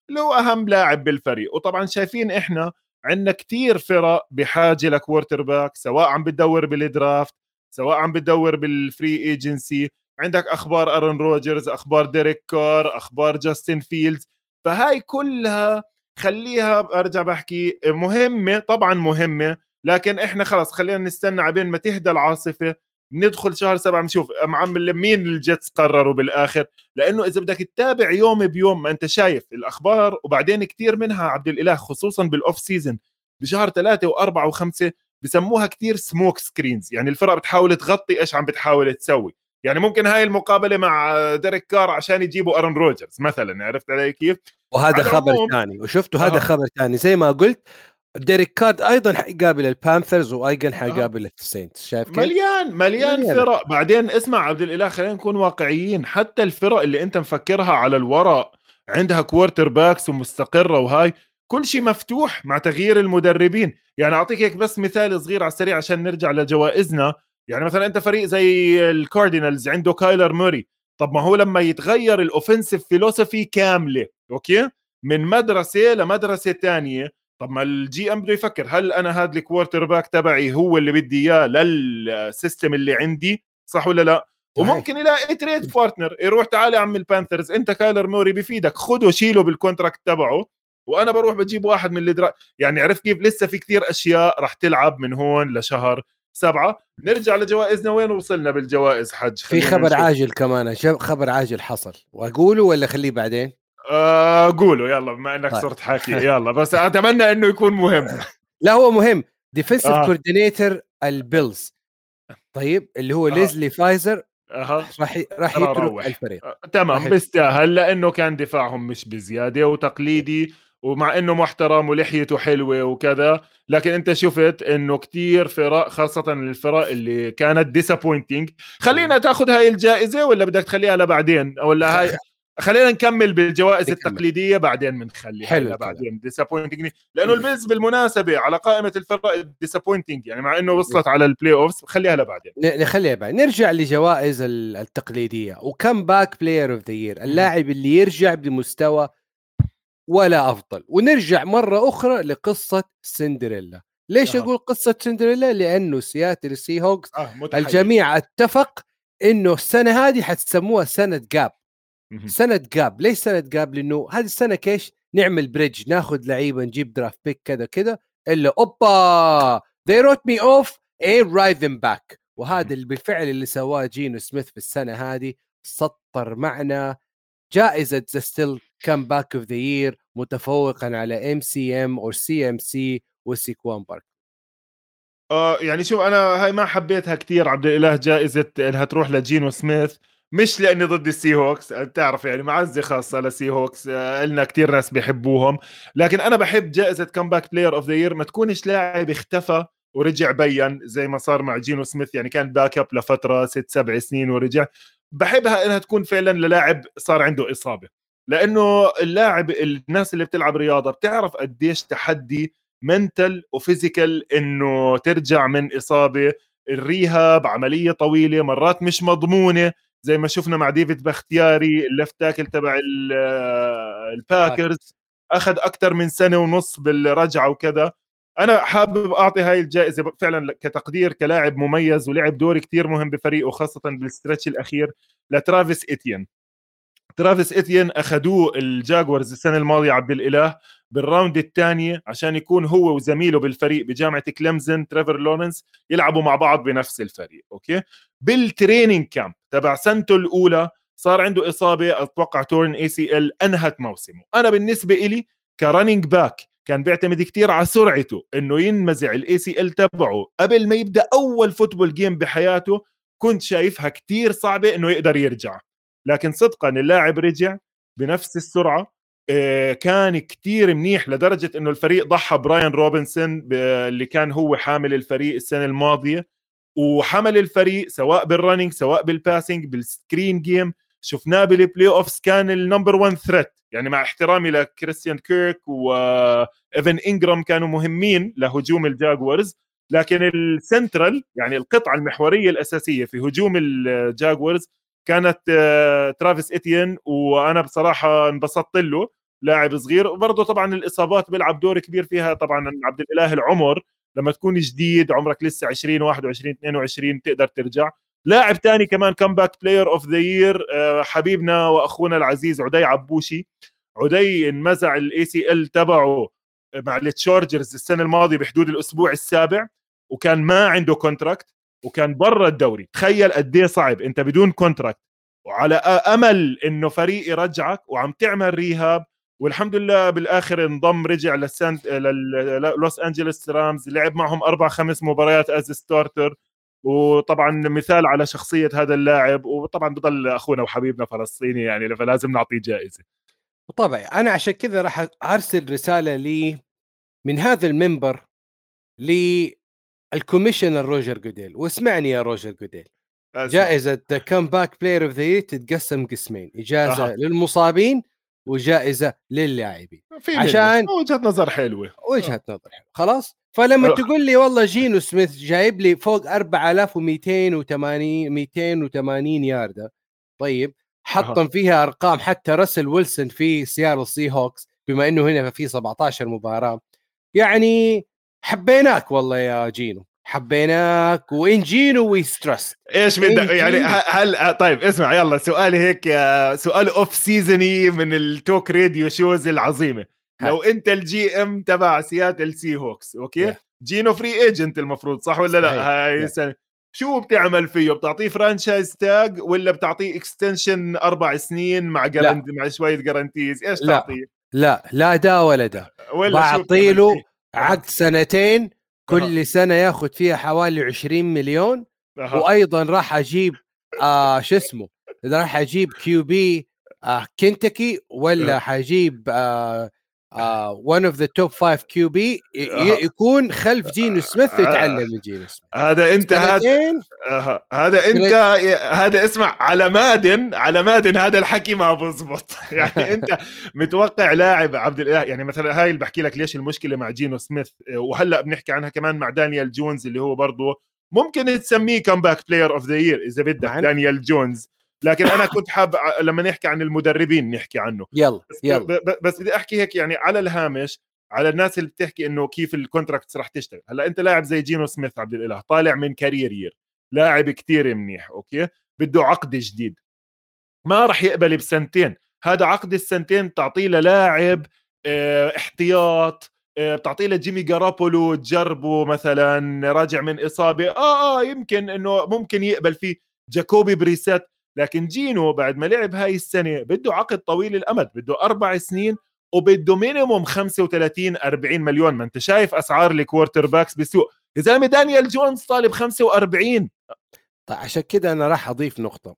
S2: اللي هو اهم لاعب بالفريق. وطبعا شايفين احنا عندنا كتير فرق بحاجه لكوارتر باك، سواء عم بتدور بالدرافت، سواء عم بتدور بالفري ايجنسي. عندك اخبار ارون روجرز، اخبار ديريك كار، اخبار جاستن فيلدز. فهاي كلها خليها ارجع بحكي مهمه، طبعا مهمه، لكن احنا خلاص خلينا نستنى عبين ما تهدى العاصفه. ندخل شهر سبعة نشوف معمل مين الجيتس قرروا بالاخر. لانه اذا بدك تتابع يوم بيوم، ما انت شايف الاخبار، وبعدين كتير منها عبد الاله خصوصا بالاوف سيزون بشهر ثلاثة وأربعة وخمسة بسموها كتير سموك سكرينز، يعني الفرق بتحاول تغطي ايش عم بتحاول تسوي. يعني ممكن هاي المقابله مع ديريك كار عشان يجيبوا ارون روجرز مثلا، عرفت علي كيف؟
S1: وهذا
S2: على
S1: خبر
S2: العموم
S1: ثاني، وشفتوا هذا
S2: أه.
S1: خبر ثاني زي ما قلت، ديريك كارد ايضا حيقابل البانثرز وايضا
S2: أه.
S1: حيقابل السينتس. شايف كيف؟
S2: مليان مليان
S1: مليانة.
S2: فرق. بعدين اسمع عبد الاله، خلينا نكون واقعيين، حتى الفرق اللي انت مفكرها على الورق عندها كوارتر باكس ومستقره وهاي، كل شيء مفتوح مع تغيير المدربين. يعني اعطيك هيك بس مثال صغير على السريع عشان نرجع لجوائزنا. يعني مثلا انت فريق زي الكاردينالز عنده كايلر موري، طب ما هو لما يتغير الاوفنسيف فيلوسفي كامله، اوكي، من مدرسه لمدرسه ثانيه، طب ما الجي ام بده يفكر هل انا هذا الكوارتر باك تبعي هو اللي بدي اياه للسيستم اللي عندي، صح ولا لا؟
S1: صحيح.
S2: وممكن يلاقي تريد بارتنر، يروح تعال يا عم البانثرز، انت كايلر موري بفيدك، خده شيله بالكونتراكت تبعه، وانا بروح بجيب واحد من الدرا. يعني عرفت كيف؟ لسه في كثير اشياء راح تلعب من هون لشهر سبعة. نرجع لجوائزنا، وين وصلنا بالجوائز حج؟
S1: في
S2: خلينا
S1: خبر
S2: نشوف.
S1: عاجل كمان، شوف خبر عاجل حصل، واقوله ولا خليه بعدين؟
S2: آه قولوا يلا، بما انك
S1: طيب.
S2: صرت حكي يلا، بس اتمنى انه يكون مهم.
S1: لا هو مهم. ديفنسيف
S2: اه
S1: كوردينيتور البيلز، طيب، اللي هو
S2: اه
S1: ليزلي فايزر،
S2: اها
S1: راح راح
S2: ترى
S1: يترك
S2: روح.
S1: الفريق.
S2: آه، تمام،
S1: راح
S2: بيستاهل لانه كان دفاعهم مش بزياده وتقليدي، ومع انه محترم ولحيته حلوه وكذا، لكن انت شفت انه كتير فرق، خاصه الفرق اللي كانت ديسابوينتينج. خلينا تاخذ هاي الجائزه ولا بدك تخليها لبعدين، ولا هاي خلينا نكمل بالجوائز
S1: نكمل.
S2: التقليديه بعدين بنخلي هاي
S1: حلو الكلام.
S2: لبعدين ديسابوينتينج، لانه البيلز بالمناسبه على قائمه الفرق الديسابوينتينج، يعني مع انه وصلت على البلاي اوفز، خليها لبعدين.
S1: ن- نخليها بعد. نرجع لجوائز ال- التقليديه. وكم باك بلاير اوف ذا يير، اللاعب اللي يرجع بمستوى ولا افضل. ونرجع مره اخرى لقصه سندريلا. ليش
S2: أه.
S1: اقول قصه سندريلا؟ لانه سياتل سي هوكس
S2: اه متحيز.
S1: الجميع اتفق انه السنه هذه حتسموها سنه جاب.
S2: مهم.
S1: سنه جاب. ليش سنه جاب؟ لانه هذه السنه كيش نعمل بريدج، ناخذ لعيبه، نجيب درافت بيك كذا كذا، الا اوبا they wrote me off and write them back. وهذا اللي بالفعل اللي سواه جينو سميث في السنه هذه. سطر معنا جائزه ذا ستيل كام باك اوف ذا يير، متفوقا على ام سي ام او سي ام سي وسيكوان بارك.
S2: اه يعني شوف، انا هاي ما حبيتها كتير عبد الاله، جائزه انها تروح لجينو سميث، مش لاني ضد السي هوكس، بتعرف يعني معزه خاصه لسي هوكس، آه لنا كتير ناس بيحبوهم، لكن انا بحب جائزه كامباك بلاير اوف ذا يير ما تكونش لاعب اختفى ورجع بين زي ما صار مع جينو سميث، يعني كان باك اب لفتره ست سبع سنين ورجع. بحبها انها تكون فعلا للاعب صار عنده اصابه، لانه اللاعب، الناس اللي بتلعب رياضه بتعرف قديش تحدي منتل وفيزيكال انه ترجع من اصابه. الريهاب عمليه طويله، مرات مش مضمونه، زي ما شفنا مع ديفيد بختياري الليفت تاكل تبع الباكرز، اخذ اكثر من سنه ونص بالرجعه وكذا. انا حابب اعطي هاي الجائزه فعلا كتقدير كلاعب مميز ولعب دور كتير مهم بفريقه، خاصه بالستريتش الاخير، لترافيس إتيان. ترافيس إتيان اخذوه الجاكورز السنه الماضيه عبد الاله بالراوند الثانيه عشان يكون هو وزميله بالفريق بجامعه كليمزن تريفر لورنس يلعبوا مع بعض بنفس الفريق. اوكي، بالتريننج كامب تبع سنته الاولى صار عنده اصابه، اتوقع تورن اي سي ال، انهت موسمه. انا بالنسبه إلي كرننج باك كان بيعتمد كتير على سرعته، انه ينمزع الاي سي ال تبعه قبل ما يبدا اول فوتبول جيم بحياته، كنت شايفها كتير صعبه انه يقدر يرجع. لكن صدقا اللاعب رجع بنفس السرعه، كان كتير منيح لدرجة انه الفريق ضحى براين روبنسون اللي كان هو حامل الفريق السنة الماضية، وحمل الفريق سواء بالرننج سواء بالباسنج بالسكرين جيم. شفناه بالبلاي اوفس كان النمبر وان ثريت، يعني مع احترامي لكريستيان كيرك وايفن انجرام كانوا مهمين لهجوم الجاكورز، لكن السنترال يعني القطعة المحورية الأساسية في هجوم الجاكورز كانت ترافيس إتيان، وانا بصراحه انبسطت له. لاعب صغير، وبرضه طبعا الاصابات بيلعب دور كبير فيها. طبعا عبد الاله العمر لما تكون جديد عمرك لسه عشرين واحد وعشرين اثنين وعشرين تقدر ترجع. لاعب تاني كمان كمباك بلاير اوف ذا يير حبيبنا واخونا العزيز عدي عبوشي. عدي انمزع الاي سي ال تبعه مع التشارجرز السنه الماضيه بحدود الاسبوع السابع، وكان ما عنده كونتراكت وكان برا الدوري. تخيل قد ايه صعب انت بدون كونتراكت وعلى امل انه فريق يرجعك وعم تعمل ريهاب، والحمد لله بالاخر انضم رجع للسانت للوس انجلوس رامز، لعب معهم اربع خمس مباريات از ستارتر، وطبعا مثال على شخصيه هذا اللاعب. وطبعا بضل اخونا وحبيبنا فلسطيني يعني، فلازم نعطيه جائزه.
S1: وطبعا انا عشان كذا راح ارسل رساله لي من هذا المنبر للكوميشنر روجر جوديل، واسمعني يا روجر جوديل، جائزه كمباك بلاير اوف ذا يير تتقسم قسمين، اجازه أه. للمصابين وجائزه للاعبين، عشان
S2: وجهه نظر حلوه
S1: وجهه أه. نظر حلوه خلاص. فلما أه. تقول لي والله جينو سميث جايب لي فوق أربعة آلاف ومئتين وثمانين مئتين وثمانين ياردة، طيب حطم أه. فيها ارقام حتى راسل ويلسون في سيارل سي هوكس، بما انه هنا في سبعة عشر مباراه. يعني حبيناك والله يا جينو، حبيناك، وإن جينو ويسترس
S2: ايش بدك يعني. هل طيب اسمع يلا سؤالي هيك، سؤال اوف سيزوني من التوك راديو شوز العظيمه. هل. لو انت الجي ام تبع سياتل سي هوكس اوكي، جينو فري ايجنت المفروض صح ولا لا؟ هاي سنة. شو بتعمل فيه؟ بتعطيه فرانشايز تاج ولا بتعطيه اكستنشن اربع سنين مع جارنتي مع شويه جارنتيز؟ ايش
S1: لا.
S2: تعطيه؟
S1: لا لا دا ولا دا، بعطي له عقد سنتين، كل سنة ياخد فيها حوالي عشرين مليون. أه. وأيضا راح أجيب آه شو اسمه راح أجيب كيو بي آه كنتاكي، ولا حجيب آه آه one of the top five كيو بي يكون خلف جينو سميث يتعلم من جينو سميث.
S2: هذا انت هذا آه. هذا انت هذا اسمع على مادن على مادن هذا الحكي ما بزبط. يعني انت متوقع لاعب عبد الاله يعني مثلا، هاي اللي بحكي لك ليش المشكله مع جينو سميث، وهلا بنحكي عنها كمان مع دانيال جونز اللي هو برضه ممكن تسميه كمباك بلاير اوف ذا يير اذا بدك دانيال جونز. لكن انا كنت حاب لما نحكي عن المدربين نحكي عنه.
S1: يلا
S2: بس
S1: يلا
S2: بس بدي احكي هيك يعني على الهامش على الناس اللي بتحكي انه كيف الكونتراكتس رح تشتغل. هلا انت لاعب زي جينو سميث عبد الاله طالع من كارير يير، لاعب كتير منيح اوكي، بده عقد جديد ما رح يقبل بسنتين. هذا عقد السنتين تعطيه للاعب اه احتياط، اه بتعطيه لجيمي جارابولو تجربه مثلا راجع من اصابه، اه اه يمكن انه ممكن يقبل فيه جاكوبي بريسات. لكن جينو بعد ما لعب هاي السنه بده عقد طويل الامد، بده اربع سنين وبده مينيموم خمسة وثلاثين أربعين مليون. ما انت شايف اسعار الكوارتر باكس بسوق، يا زلمه دانيال جونز طالب خمسة وأربعين.
S1: طيب عشان كده انا راح اضيف نقطه.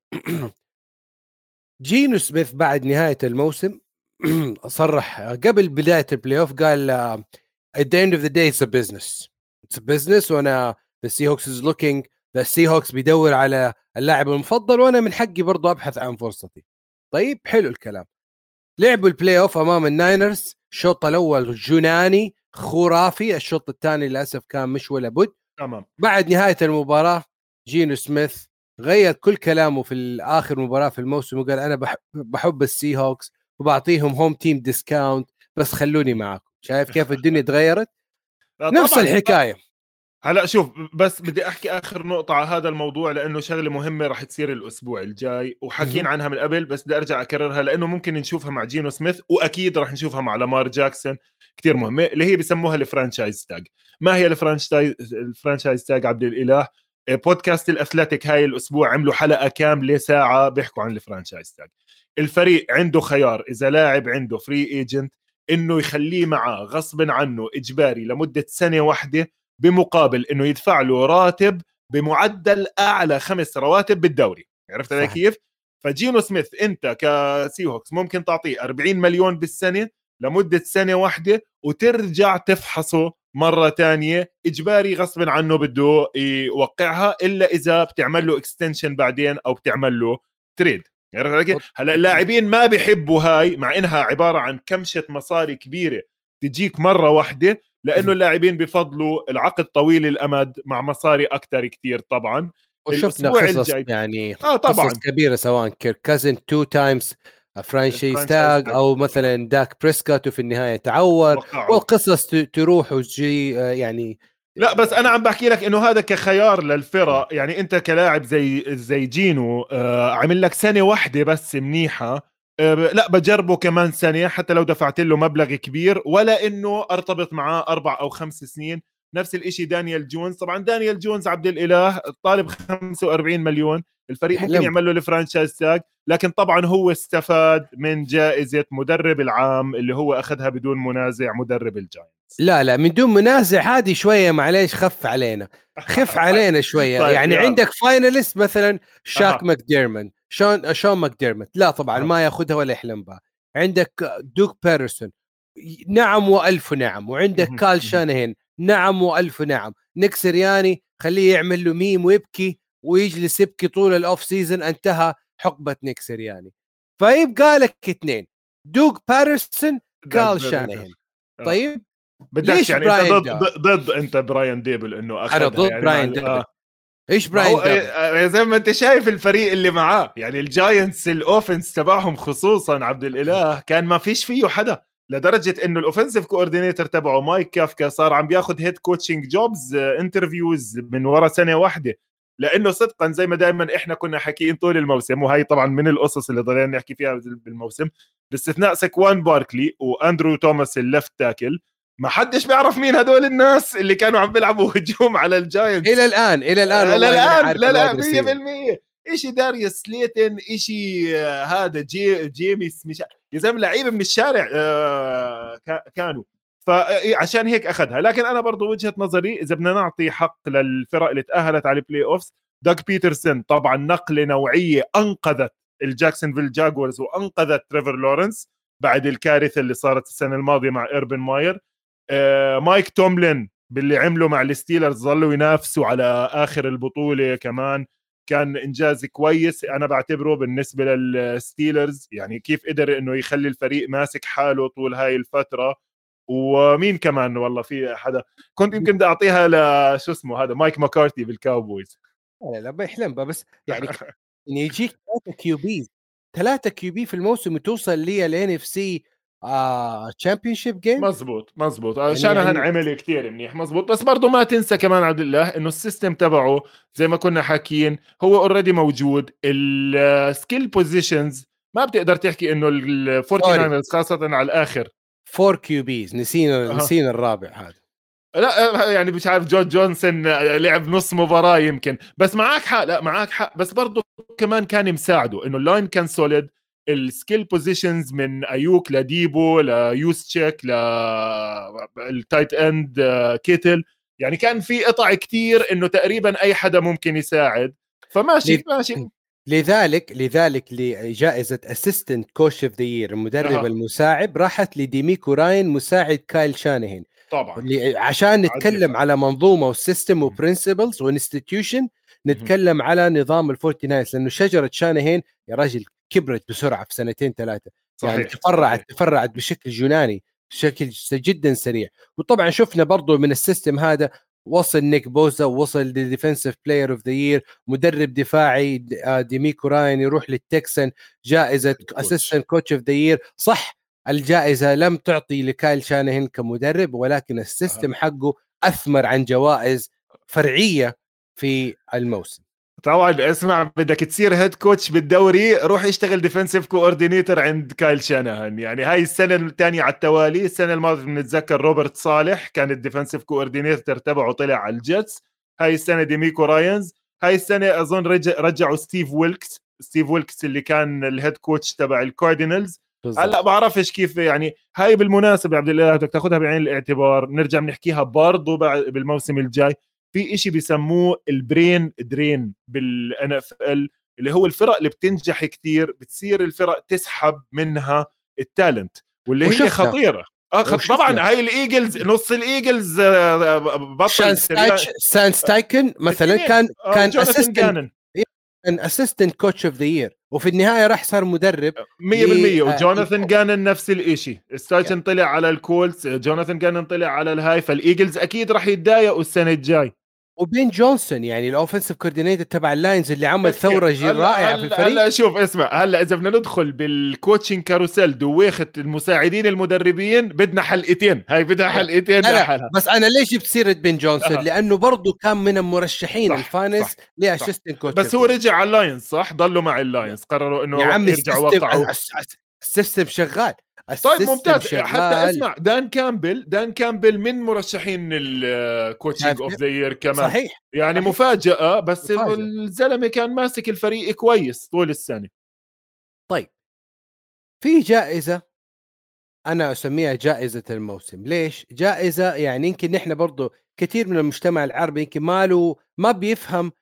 S1: جينو سميث بعد نهايه الموسم صرح قبل بدايه البلاي اوف، قال at the end of the day it's a business it's a business وانا the Seahawks is looking the Seahawks بيدور على اللاعب المفضل، وانا من حقي برضو ابحث عن فرصتي. طيب حلو الكلام. لعبوا البلاي اوف امام الناينرز، الشوط الاول جناني خرافي، الشوط الثاني للاسف كان مش ولا بد.
S2: تمام.
S1: بعد نهايه المباراه جينو سميث غير كل كلامه في اخر مباراه في الموسم وقال انا بحب, بحب السي هوكس وبعطيهم هوم تيم ديسكاونت بس خلوني معاكم. شايف كيف الدنيا تغيرت؟ نفس الحكايه.
S2: هلا شوف بس بدي احكي اخر نقطه على هذا الموضوع لانه شغله مهمه راح تصير الاسبوع الجاي وحكين عنها من قبل، بس بدي ارجع اكررها لانه ممكن نشوفها مع جينو سميث واكيد راح نشوفها مع لامار جاكسون. كتير مهمه اللي هي بيسموها الفرانشايز تاج. ما هي الفرانشايز الفرانشايز تاج عبد الاله؟ بودكاست الاثليتيك هاي الاسبوع عملوا حلقه كامله ساعه بيحكوا عن الفرانشايز تاج. الفريق عنده خيار اذا لاعب عنده فري ايجنت انه يخليه معه غصب عنه اجباري لمده سنه واحده، بمقابل انه يدفع له راتب بمعدل اعلى خمس رواتب بالدوري. عرفت علي كيف؟ فجينو سميث انت كسي هوكس ممكن تعطيه أربعين مليون بالسنه لمده سنه واحده وترجع تفحصه مره تانية اجباري غصب عنه بده يوقعها، الا اذا بتعمل له اكستنشن بعدين او بتعمل له تريد. عرفت علي كيف؟ هلا اللاعبين ما بيحبوا هاي مع انها عباره عن كمشه مصاري كبيره تجيك مره واحده، لانه اللاعبين بفضلوا العقد طويل الامد مع مصاري اكثر كتير طبعا.
S1: وشفنا قصص يعني
S2: آه طبعا
S1: قصص كبيره سواء كيرك كازن تو تايمز فرانشيز تاج او مثلا داك بريسكوت وفي النهايه تعور
S2: وقعوا.
S1: والقصص تروح وتجي يعني.
S2: لا بس انا عم بحكي لك انه هذا كخيار للفرق، يعني انت كلاعب زي زي جينو آه عمل لك سنه واحده بس منيحه، آه لا بجربه كمان سنه حتى لو دفعت له مبلغ كبير، ولا انه ارتبط معاه اربع او خمس سنين. نفس الاشي دانيال جونز، طبعا دانيال جونز عبد الاله طالب خمسة وأربعين مليون، الفريق ممكن يعمل له الفرانشايز تاج، لكن طبعا هو استفاد من جائزه مدرب العام اللي هو اخذها بدون منازع مدرب الجاينتس.
S1: لا لا من دون منازع، هذه شويه معليش خف علينا خف علينا شويه.
S2: طيب
S1: يعني
S2: يلا.
S1: عندك فايناليست مثلا شاك
S2: أه.
S1: ماكديرمان، شون شون ماكديرمت، لا طبعا
S2: أه.
S1: ما ياخذها ولا يحلم بها. عندك دوك بيرسون، نعم والف نعم. وعندك كال شانهين، نعم والف نعم. نيك سيرياني خليه يعمل له ميم ويبكي ويجلس يبكي طول الاوف سيزون، انتهى حقبه نيك سيرياني. فيبقى لك اثنين، دوك بيرسون، كال شانهين. طيب
S2: بدكش يعني انت ضد ضد انت براين ديبل انه اخذها؟
S1: انا ضد
S2: يعني
S1: براين ديبل. آه. ايش براين
S2: ديبل؟ زي ما انت شايف الفريق اللي معاه، يعني الجاينتس الاوفنس تبعهم خصوصا عبد الاله كان ما فيش فيه حدا، لدرجه انه الاوفنسيف كوردينيتور تبعه مايك كافكا صار عم بياخذ هيد كوتشنج جوبز انترفيوز من ورا سنه واحده، لانه صدقا زي ما دائما احنا كنا حكيين طول الموسم، وهي طبعا من القصص اللي ضلينا نحكي فيها بالموسم، باستثناء سكوان باركلي واندرو توماس الليفت تاكل، ما حدش بيعرف مين هدول الناس اللي كانوا عم بيلعبوا هجوم على الجاينتس
S1: الى الان الى الان
S2: والله الان. لا لا مية بالمية اشي داريوس سليتن، اشي آه هذا جي جيميس، مش يا زلمه لعيبه من الشارع آه كانوا، فعشان هيك اخذها. لكن انا برضو وجهه نظري اذا بدنا نعطي حق للفرق اللي تاهلت على البلاي اوفز، داغ بيترسون طبعا نقله نوعيه انقذت الجاكسونفيل جاكورز وانقذت تريفر لورنس بعد الكارثه اللي صارت السنه الماضيه مع ايربن ماير. آه مايك توملين باللي عمله مع الستيلرز ظلوا ينافسوا على آخر البطولة كمان، كان إنجاز كويس أنا بعتبره بالنسبة للستيلرز، يعني كيف قدر إنه يخلي الفريق ماسك حاله طول هاي الفترة. ومين كمان والله في حدا كنت يمكن بدي أعطيها لشو اسمه هذا مايك ماكارتي بالكاوبويز.
S1: لا لا بيحلم بس يعني إن يجيك ثلاثة كيوبي ثلاثة كيوبي في الموسم وتوصل لي الان اف سي آه تشامبيونشيب جيم.
S2: مزبوط مزبوط عشان يعني هنعمل كتير منيح مزبوط. بس برضو ما تنسى كمان عبد الله انه السيستم تبعه زي ما كنا حاكيين هو اوريدي موجود، السكيل بوزيشنز ما بتقدر تحكي انه الفورتي ناينرز خاصه على الاخر
S1: فور كيوبيز نسينا أه. نسينا الرابع هذا.
S2: لا يعني مش عارف جو جونسون لعب نص مباراه يمكن، بس معك حق، لا معك حق، بس برضو كمان كان مساعده انه اللاين كان سوليد، السكيل بوزيشنز من ايوك لديبو ليوستشيك للتايت اند كيتل، يعني كان في قطع كتير انه تقريبا اي حدا ممكن يساعد، فماشي لذ... ماشي.
S1: لذلك لذلك لجائزه اسيستنت كوتش اوف ذا يير المدرب أه. المساعد راحت لديميكو راين مساعد كايل شانهين
S2: طبعا
S1: عشان نتكلم على منظومه وسيستم وبرنسبلز وانستتيوشن، نتكلم على نظام الفورتي ناينز، لانه شجره شانهين يا راجل كبرت بسرعه في سنتين ثلاثه، يعني تفرعت صحيح. تفرعت بشكل جناني بشكل جدا سريع. وطبعا شفنا برضو من السيستم هذا وصل نيك بوزا، ووصل للديفنسيف بلاير اوف ذا يير، مدرب دفاعي ديميكو راين يروح للتكسن جائزه اسيستنت كوتش اوف ذا يير. صح الجائزه لم تعطي لكايل شانهين كمدرب، ولكن السيستم حقه اثمر عن جوائز فرعيه في الموسم.
S2: طبعا اسمع، بدك تصير هيد كوتش بالدوري روح يشتغل ديفنسيف كوردينيتور عند كايل شانهان، يعني هاي السنه الثانيه على التوالي. السنه الماضيه بنتذكر روبرت صالح كان الديفنسيف كوردينيتور تبعه طلع على الجيتس، هاي السنه ديميكو راينز، هاي السنه اظن رجع رجعوا ستيف ويلكس ستيف ويلكس اللي كان الهيد كوتش تبع الكاردينالز. هلا بعرفش كيف، يعني هاي بالمناسبه عبد الله بدك تاخذها بعين الاعتبار، نرجع بنحكيها برضه بالموسم الجاي، في إشي بيسموه البرين درين بالان اف ال، اللي هو الفرق اللي بتنجح كتير بتصير الفرق تسحب منها التالنت، واللي هي خطيره. اه طبعا هاي الايجلز، نص الايجلز بطل
S1: سان ستايكن مثلا كان كان اسيستنت ان اسيستنت كوتش اوف ذا يير، وفي النهايه راح صار مدرب
S2: مية بالمية. وجوناثان جانن نفس الاشي، ستايكن طلع على الكولتس، جوناثان جانن طلع على الهاي، فالايجلز اكيد راح يتضايقوا السنه الجاي.
S1: وبين جونسون يعني الاوفنسيف كوردينيتور تبع اللاينز اللي عمل
S2: بس كيف؟
S1: ثوره جي
S2: هلا
S1: رائعه في
S2: هلا
S1: الفريق.
S2: هلا شوف اسمع، هلا اذا بدنا ندخل بالكوتشنج كاروسيل دويخه المساعدين المدربين بدنا حلقتين، هاي بدها
S1: لا
S2: حلقتين
S1: لا لا،
S2: لحالها.
S1: بس انا ليش جبت سيره بين جونسون؟
S2: أه.
S1: لانه برضه كان من المرشحين
S2: صح صح
S1: الفانز
S2: صح.
S1: لاسيستنت كوتش
S2: بس
S1: اوف
S2: هو
S1: ذا يير.
S2: رجع على اللاينز، صح، ضلوا مع اللاينز، قرروا انه
S1: يا
S2: وق-
S1: عمي
S2: يرجعوا
S1: السيستم
S2: وقعوا.
S1: السيستم شغال،
S2: طيب
S1: السيستم
S2: ممتاز. حتى
S1: شغال.
S2: اسمع، دان كامبل دان كامبل من مرشحين الكوتشنج
S1: شايف
S2: اوف
S1: كيف؟
S2: ذا يير كمان.
S1: صحيح
S2: يعني
S1: صحيح.
S2: مفاجأة، بس
S1: مفاجأة.
S2: الزلمة كان ماسك الفريق كويس طول السنة.
S1: طيب في جائزة أنا أسميها جائزة الموسم. ليش؟ جائزة يعني يمكن نحن برضو كثير من المجتمع العربي يمكن ما له ما بيفهم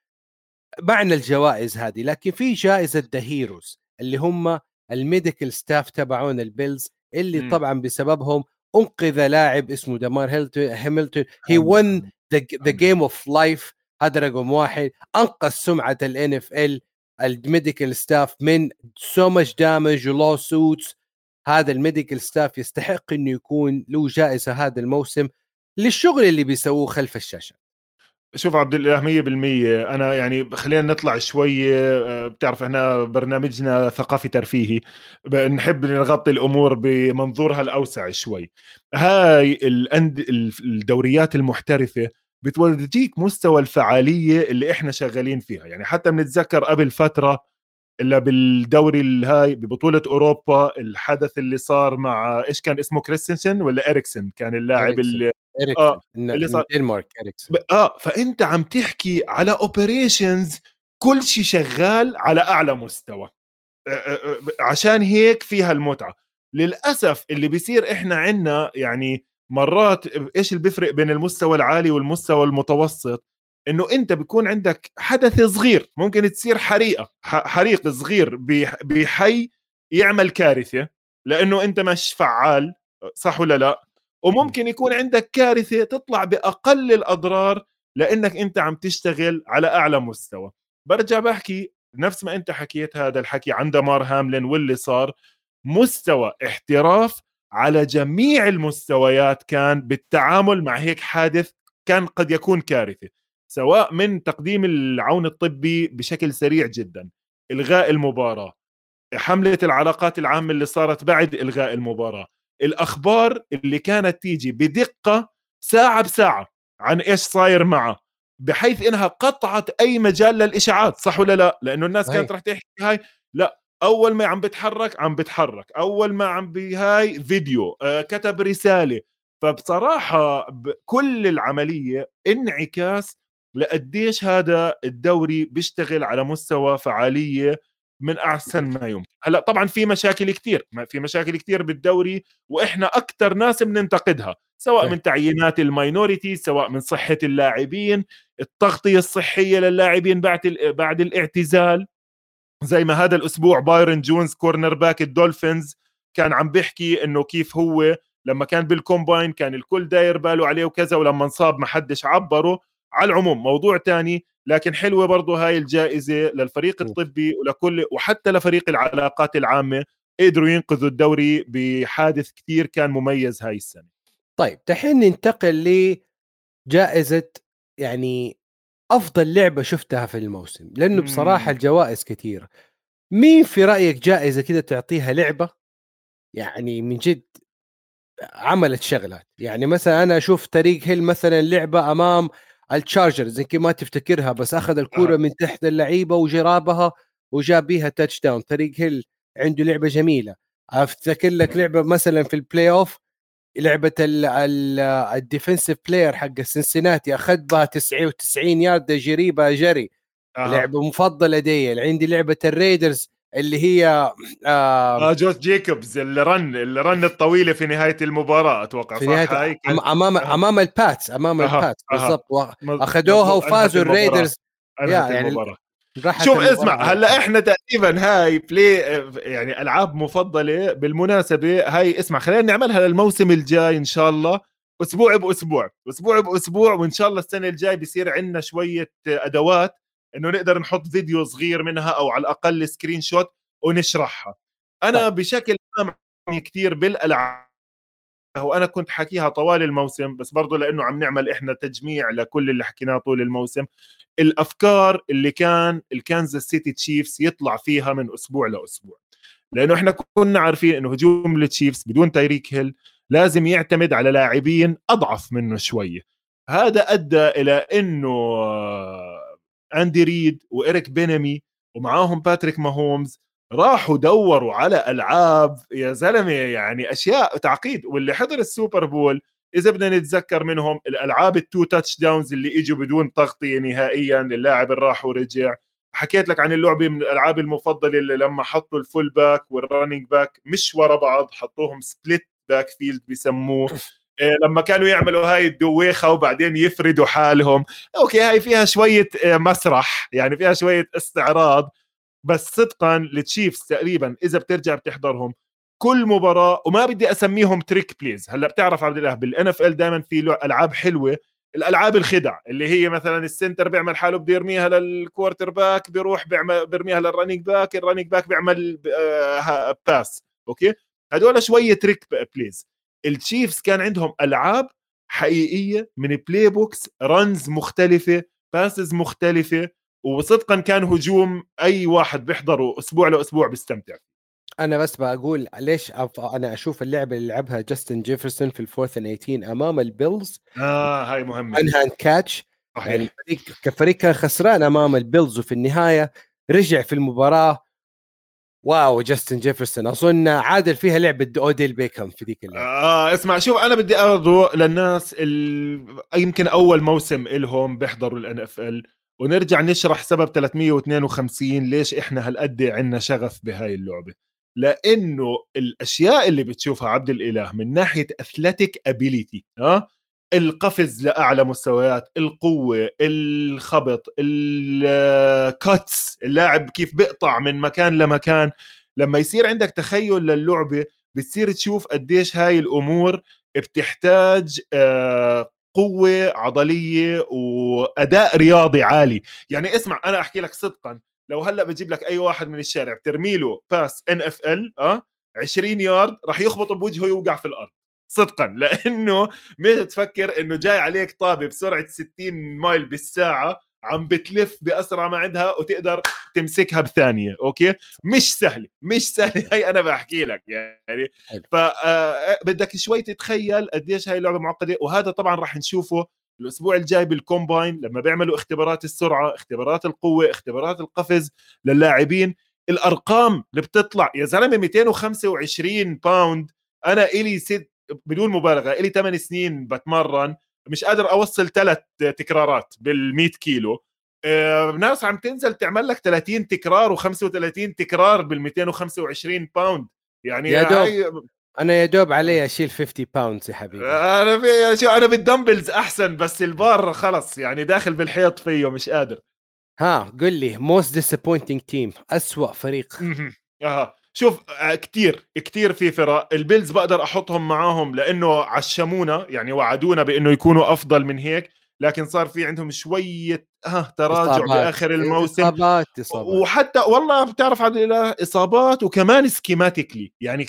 S1: معنى الجوائز هذه، لكن في جائزة ذا هيروز اللي هم الميديكال ستاف تبعون البيلز، اللي
S2: امم
S1: طبعا بسببهم أنقذ لاعب اسمه دمار هيلتون هامilton. he
S2: آمين
S1: won
S2: آمين
S1: the, the
S2: آمين.
S1: game of life. هذا رقم واحد، أنقذ سمعة ال إن إف إل الميديكال ستاف من so much damage و lawsuits. هذا الميديكال ستاف يستحق انه يكون له جائزة هذا الموسم للشغل اللي بيسووه خلف الشاشة.
S2: شوف عبد الإله، مية بالمية أنا يعني خلينا نطلع شوي. آه، بتعرف إحنا برنامجنا ثقافي ترفيهي، نحب نغطي الأمور بمنظورها الأوسع شوي. هاي الأند الدوريات المحترفة بتورجيك مستوى الفعالية اللي إحنا شغالين فيها. يعني حتى بنتذكر قبل فترة إلا بالدوري الهاي ببطولة أوروبا، الحدث اللي صار مع إيش كان اسمه، كريستنسن ولا إريكسن كان اللاعب
S1: إريكسن
S2: اللي
S1: إريكسن
S2: آه اللي صار.
S1: دنمارك إريكسن.
S2: ب- اه فانت عم تحكي على اوبريشنز، كل شيء شغال على اعلى مستوى. آه، آه، آه، عشان هيك فيها المتعه. للاسف اللي بيصير احنا عنا يعني مرات، ايش اللي بيفرق بين المستوى العالي والمستوى المتوسط؟ انه انت بيكون عندك حدث صغير، ممكن تصير حريقه، ح- حريق صغير بح- بحي يعمل كارثه لانه انت مش فعال، صح ولا لا؟ وممكن يكون عندك كارثه تطلع باقل الاضرار لانك انت عم تشتغل على اعلى مستوى. برجع بحكي نفس ما انت حكيت، هذا الحكي عن دمار هاملين واللي صار، مستوى احتراف على جميع المستويات كان بالتعامل مع هيك حادث كان قد يكون كارثي، سواء من تقديم العون الطبي بشكل سريع جدا، إلغاء المباراة، حملة العلاقات العامة اللي صارت بعد إلغاء المباراة، الأخبار اللي كانت تيجي بدقة ساعة بساعة عن إيش صاير معه، بحيث إنها قطعت أي مجال للإشاعات، صح ولا لا؟ لأنه الناس
S1: صحيح.
S2: كانت رح تحكي هاي لا، أول ما عم بتحرك عم بتحرك، أول ما عم بهاي فيديو، آه كتب رسالة. فبصراحة كل العملية انعكاس لقديش هذا الدوري بيشتغل على مستوى فعالية من احسن ما يمكن. هلا طبعا في مشاكل كتير، في مشاكل كتير بالدوري، واحنا اكثر ناس بننتقدها، سواء
S1: صحيح.
S2: من تعيينات الماينوريتي، سواء من صحة اللاعبين، التغطية الصحية للاعبين بعد بعد الاعتزال. زي ما هذا الاسبوع بايرن جونز كورنر باك الدولفينز كان عم بيحكي انه كيف هو لما كان بالكومباين كان الكل داير باله عليه وكذا، ولما انصاب ما حدش عبره. على العموم موضوع تاني، لكن حلوة برضو هاي الجائزة للفريق الطبي ولكل، وحتى لفريق العلاقات العامة، قدروا ينقذوا الدوري بحادث كتير كان مميز هاي السنة.
S1: طيب دحين ننتقل لجائزة يعني أفضل لعبة شفتها في الموسم، لأنه بصراحة
S2: مم.
S1: الجوائز كثير. مين في رأيك جائزة كده تعطيها لعبة يعني من جد عملت شغلات؟ يعني مثلا أنا أشوف طريق هيل مثلا لعبة أمام التشارجرز يمكن ما تفتكرها، بس أخذ الكرة
S2: أه.
S1: من تحت اللعيبة وجرابها وجاب بيها تاتش داون. طريق هيل عنده لعبة جميلة. أفتكر لك لعبة مثلا في البلاي أوف، لعبة الديفنسيف بلاير حق السنسناتي أخذ بها تسعة وتسعين يارد جري بها جري،
S2: أه.
S1: لعبة مفضلة دي. عندي لعبة الريدرز اللي هي آه
S2: اه جوش جيكوبز اللي رن اللي رن الطويلة في نهاية المباراة اتوقع،
S1: في
S2: صح؟
S1: نهاية
S2: هاي
S1: أم-
S2: كان
S1: امام
S2: أه.
S1: امام الباتس امام
S2: أه.
S1: الباتس
S2: أه.
S1: بالضبط، واخذوها
S2: مزبوط، انهت
S1: وفازوا
S2: المباراة،
S1: الريدرز. يا
S2: انهت
S1: يعني
S2: المباراة.
S1: راحت
S2: شوف
S1: المباراة
S2: اسمع،
S1: على
S2: هلا
S1: الحلقة.
S2: احنا تقريبا هاي بلاي، يعني العاب مفضله بالمناسبه هاي. اسمع خلينا نعملها للموسم الجاي ان شاء الله، اسبوع باسبوع اسبوع باسبوع، وان شاء الله السنه الجاي بيصير عندنا شويه ادوات انه نقدر نحط فيديو صغير منها او على الاقل سكرين شوت ونشرحها. انا
S1: طيب
S2: بشكل عام كثير بالالعاب وأنا كنت حكيها طوال الموسم، بس برضو لأنه عم نعمل إحنا تجميع لكل اللي حكيناه طول الموسم، الأفكار اللي كان الكانزاس سيتي تشيفز يطلع فيها من أسبوع لأسبوع. لأنه إحنا كنا عارفين إنه هجوم التشيفز بدون تايريك هيل لازم يعتمد على لاعبين أضعف منه شوية. هذا أدى إلى إنه آه، أندي ريد وإريك بينامي ومعاهم باتريك ماهومز راحوا دوروا على ألعاب يا زلمة، يعني أشياء تعقيد. واللي حضر السوبر بول إذا بدنا نتذكر منهم الألعاب التو تاتش داونز اللي إجوا بدون تغطية نهائيا للاعب اللي راح ورجع. حكيت لك عن اللعبة من الألعاب المفضلة اللي لما حطوا الفول باك والرننج باك مش ورا بعض، حطوهم سبليت باك فيلد بيسموه. إيه لما كانوا يعملوا هاي الدويخة وبعدين يفردوا حالهم. أوكي هاي فيها شوية مسرح، يعني فيها شوية استعراض، بس صدقا التشيفز تقريبا إذا بترجع بتحضرهم كل مباراة، وما بدي أسميهم تريك بليز. هلا بتعرف عبد الله بالان اف ال دائما في ألعاب حلوة، الالعاب الخدع اللي هي مثلا السنتر بيعمل حاله بده يرميها للكوارتر باك، بيروح بيعمل بيرميها للرننج باك، الرننج باك بيعمل آه باس. اوكي هدول شويه تريك بليز. التشيفز كان عندهم العاب حقيقيه من بلاي بوكس، رنز مختلفه، باسز مختلفه، وصدقا كان هجوم اي واحد بيحضره اسبوع لاسبوع بيستمتع.
S1: انا بس بقول ليش أف... انا اشوف اللعبه اللي لعبها جاستن جيفرسون في الفورث اند ثمانية عشر امام البيلز
S2: اه هاي مهمه.
S1: ان هاند كاتش. يعني
S2: صحيح.
S1: الفريق كفريق كان خسران امام البيلز، وفي النهايه رجع في المباراه. واو جاستن جيفرسون اظن عادل فيها لعبه اوديل بيكهام في ذيك اللعبه.
S2: آه اسمع شوف، انا بدي ارضو للناس ال... يمكن اول موسم إلهم بيحضروا الان اف ال، ونرجع نشرح سبب ثلاثمية واثنين وخمسين ليش احنا هالقد عندنا شغف بهاي اللعبه. لانه الاشياء اللي بتشوفها عبد الاله من ناحيه اثليتيك ابيليتي، ها القفز لاعلى مستويات، القوه، الخبط، الكاتس، اللاعب كيف بيقطع من مكان لمكان. لما يصير عندك تخيل للعبه بتصير تشوف قديش هاي الأمور بتحتاج قوة عضلية وأداء رياضي عالي. يعني اسمع أنا أحكي لك صدقا، لو هلأ بجيب لك أي واحد من الشارع ترميله باس ان اف ال اه عشرين يارد راح يخبط بوجهه يوقع في الأرض صدقا، لأنه مش تفكر إنه جاي عليك طابة بسرعة ستين مايل بالساعة عم بتلف بأسرع ما عندها وتقدر تمسكها بثانية. أوكي مش سهل مش سهل هاي أنا بحكي لك يعني. فبدك شوي تتخيل قديش هاي اللعبة معقدة، وهذا طبعا راح نشوفه الأسبوع الجاي بالكومباين لما بيعملوا اختبارات السرعة، اختبارات القوة، اختبارات القفز للاعبين. الأرقام اللي بتطلع يا زلمة مئتين وخمسة وعشرين باوند. أنا إلي ست بدون مبالغة إلي ثمان سنين بتمرن مش قادر أوصل ثلاث تكرارات بالمئة كيلو. آه، ناس عم تنزل تعمل لك ثلاثين تكرار وخمسة وثلاثين تكرار بال مئتين وخمسة وعشرين باوند. يعني
S1: يا دوب
S2: هاي
S1: انا يا دوب علي اشيل خمسين باوندز يا حبيبي.
S2: انا في شو انا بالدمبلز احسن، بس البار خلص يعني داخل بالحيط فيه مش قادر.
S1: ها قل لي موست ديسابوينتينج تيم، اسوأ فريق.
S2: اها شوف آه، كتير كتير في فرق البيلز بقدر احطهم معاهم لانه عشمونا، يعني وعدونا بانه يكونوا افضل من هيك، لكن صار في عندهم شويه اه تراجع
S1: اصابات
S2: باخر الموسم.
S1: اصابات اصابات
S2: وحتى والله بتعرف عبد الاله اصابات، وكمان سكيماتيكلي يعني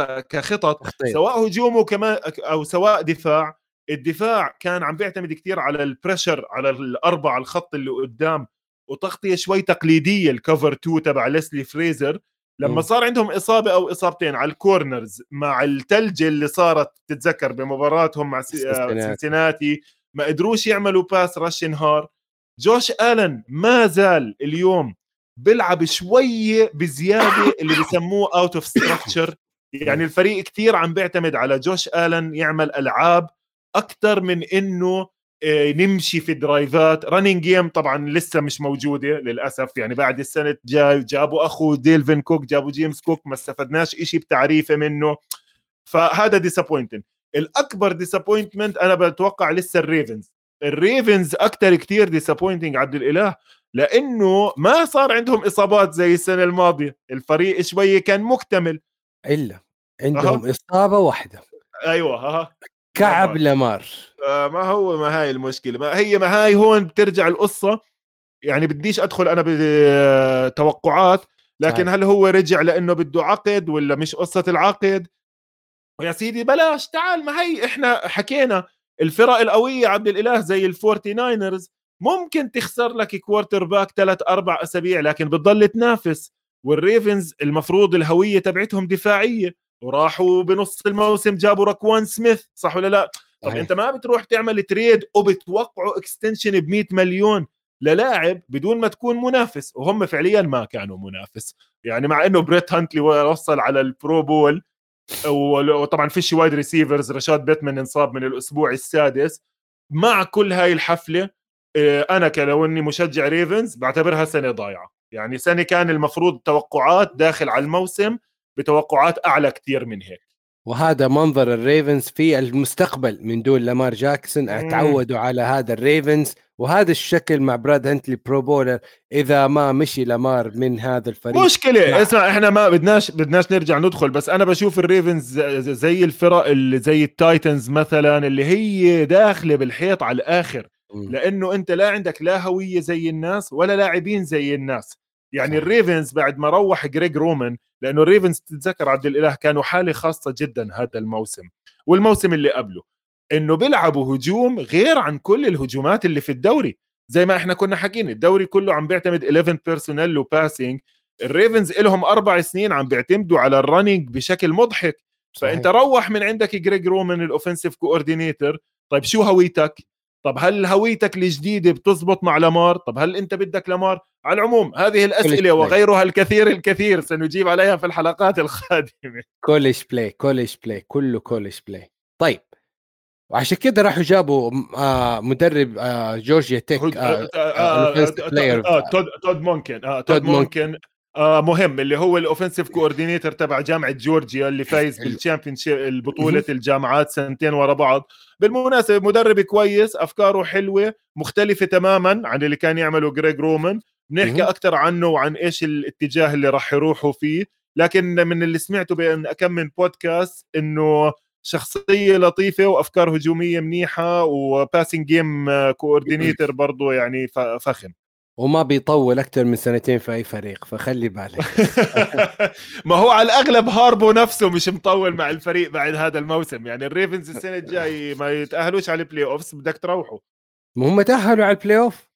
S2: كخطط
S1: تخطيط.
S2: سواء هجوم وكمان او سواء دفاع. الدفاع كان عم بيعتمد كتير على البريشر على الاربعه الخط اللي قدام، وتغطيه شوي تقليديه الكفر تو تبع ليسلي فريزر. لما
S1: مم.
S2: صار عندهم اصابه او اصابتين على الكورنرز مع الثلج اللي صارت تتذكر بمباراتهم مع
S1: سنسناتي.
S2: سنسناتي، ما قدروش يعملوا باس رش نهار. جوش آلن ما زال اليوم بيلعب شوية بزيادة اللي بيسموه اوت اوف ستراكشر. يعني الفريق كتير عم بيعتمد على جوش آلن يعمل ألعاب أكتر من إنه نمشي في درايفات. رانينج جيم طبعا لسه مش موجودة للأسف، يعني بعد السنة جاي جابوا أخو ديلفين كوك، جابوا جيمس كوك، ما استفدناش إشي بتعريفه منه. فهذا ديسابوينتن. الأكبر ديسابوينتمنت أنا بتوقع لسه الريفنز. الريفنز أكتر كتير ديسابوينتنج عبد الإله، لأنه ما صار عندهم إصابات زي السنة الماضية، الفريق شوية كان مكتمل.
S1: الا
S2: أها
S1: عندهم اصابه واحده،
S2: أيوة أها
S1: كعب
S2: لامار.
S1: لامار.
S2: آه ما هو ما هاي المشكلة، ما هي ما هاي هون بترجع القصة. يعني بديش أدخل أنا بتوقعات، لكن
S1: صحيح.
S2: هل هو رجع لأنه بده عقد ولا مش قصة العقد؟ ويا سيدي بلاش، تعال، ما هي احنا حكينا الفرق القويه عبد الاله زي الفورتي ناينرز ممكن تخسر لك كوارتر باك ثلاث اربع اسابيع لكن بتضل تنافس. والريفنز المفروض الهويه تبعتهم دفاعيه، وراحوا بنص الموسم جابوا راكوان سميث، صح ولا لا؟ طب
S1: صحيح.
S2: انت ما بتروح تعمل تريد وبتوقعوا اكستنشن ب مية مليون للاعب بدون ما تكون منافس؟ وهم فعليا ما كانوا منافس يعني، مع انه بريت هانتلي وصل على البرو بول، وطبعا فيش وايد ريسيفرز، رشاد بيتمان انصاب من الاسبوع السادس. مع كل هاي الحفله انا كلو اني مشجع ريفنز بعتبرها سنه ضايعه، يعني سنه كان المفروض توقعات داخل على الموسم بتوقعات اعلى كتير من هيك.
S1: وهذا منظر الريفنز في المستقبل من دون لامار جاكسون. اتعودوا على هذا الريفنز وهذا الشكل مع براد هنتلي برو بولر. اذا ما مشي لامار من هذا الفريق
S2: مشكلة.
S1: مع...
S2: اسمع، احنا ما بدناش بدناش نرجع ندخل، بس انا بشوف الريفنز زي الفرق اللي زي التايتنز مثلا اللي هي داخلة بالحيط على الاخر، لانه انت لا عندك لا هوية زي الناس ولا لاعبين زي الناس. يعني صحيح. الريفنز بعد ما روح جريج رومان، لانه الريفنز تتذكر عبد الاله كانوا حالة خاصة جدا هذا الموسم والموسم اللي قبله، انه بيلعبوا هجوم غير عن كل الهجومات اللي في الدوري. زي ما احنا كنا حكينا الدوري كله عم بيعتمد إحدى عشر بيرسونيل وباسينج، الريفنز إلهم أربع سنين عم بيعتمدوا على الرننج بشكل مضحك. صحيح. فأنت روح من عندك جريج رومان الأوفنسيف كوردينيتور، طيب شو هويتك؟ طب هل هويتك الجديدة بتزبط مع لامار؟ طب هل أنت بدك لامار؟ على العموم هذه الأسئلة وغيرها الكثير الكثير سنجيب عليها في الحلقات القادمة.
S1: كوليج بلاي كوليج بلاي كله كوليج بلاي. طيب وعشان كده راحوا جابوا آه مدرب آه جورجيا تيك آه
S2: آه تود تود مونكن آه تود مونكن آه مهم، اللي هو الاوفنسيف كوردينيتور تبع جامعه جورجيا اللي فايز بالشامبيونشيب البطوله الجامعات سنتين ورا بعض. بالمناسبه مدرب كويس، افكاره حلوه مختلفه تماما عن اللي كان يعمله جريج رومان. بنحكي اكثر عنه وعن ايش الاتجاه اللي راح يروحوا فيه، لكن من اللي سمعته بين كم من بودكاست انه شخصية لطيفة وأفكار هجومية منيحة وباسنج جيم كوردينيتر برضو يعني فخم،
S1: وما بيطول أكثر من سنتين في أي فريق، فخلي بالك.
S2: ما هو على الأغلب هاربو نفسه مش مطول مع الفريق بعد هذا الموسم، يعني الريفنز السنة الجاي ما يتأهلوش على البلاي أوفس بدك تروحوا.
S1: ما هم تأهلوا على البلاي أوف،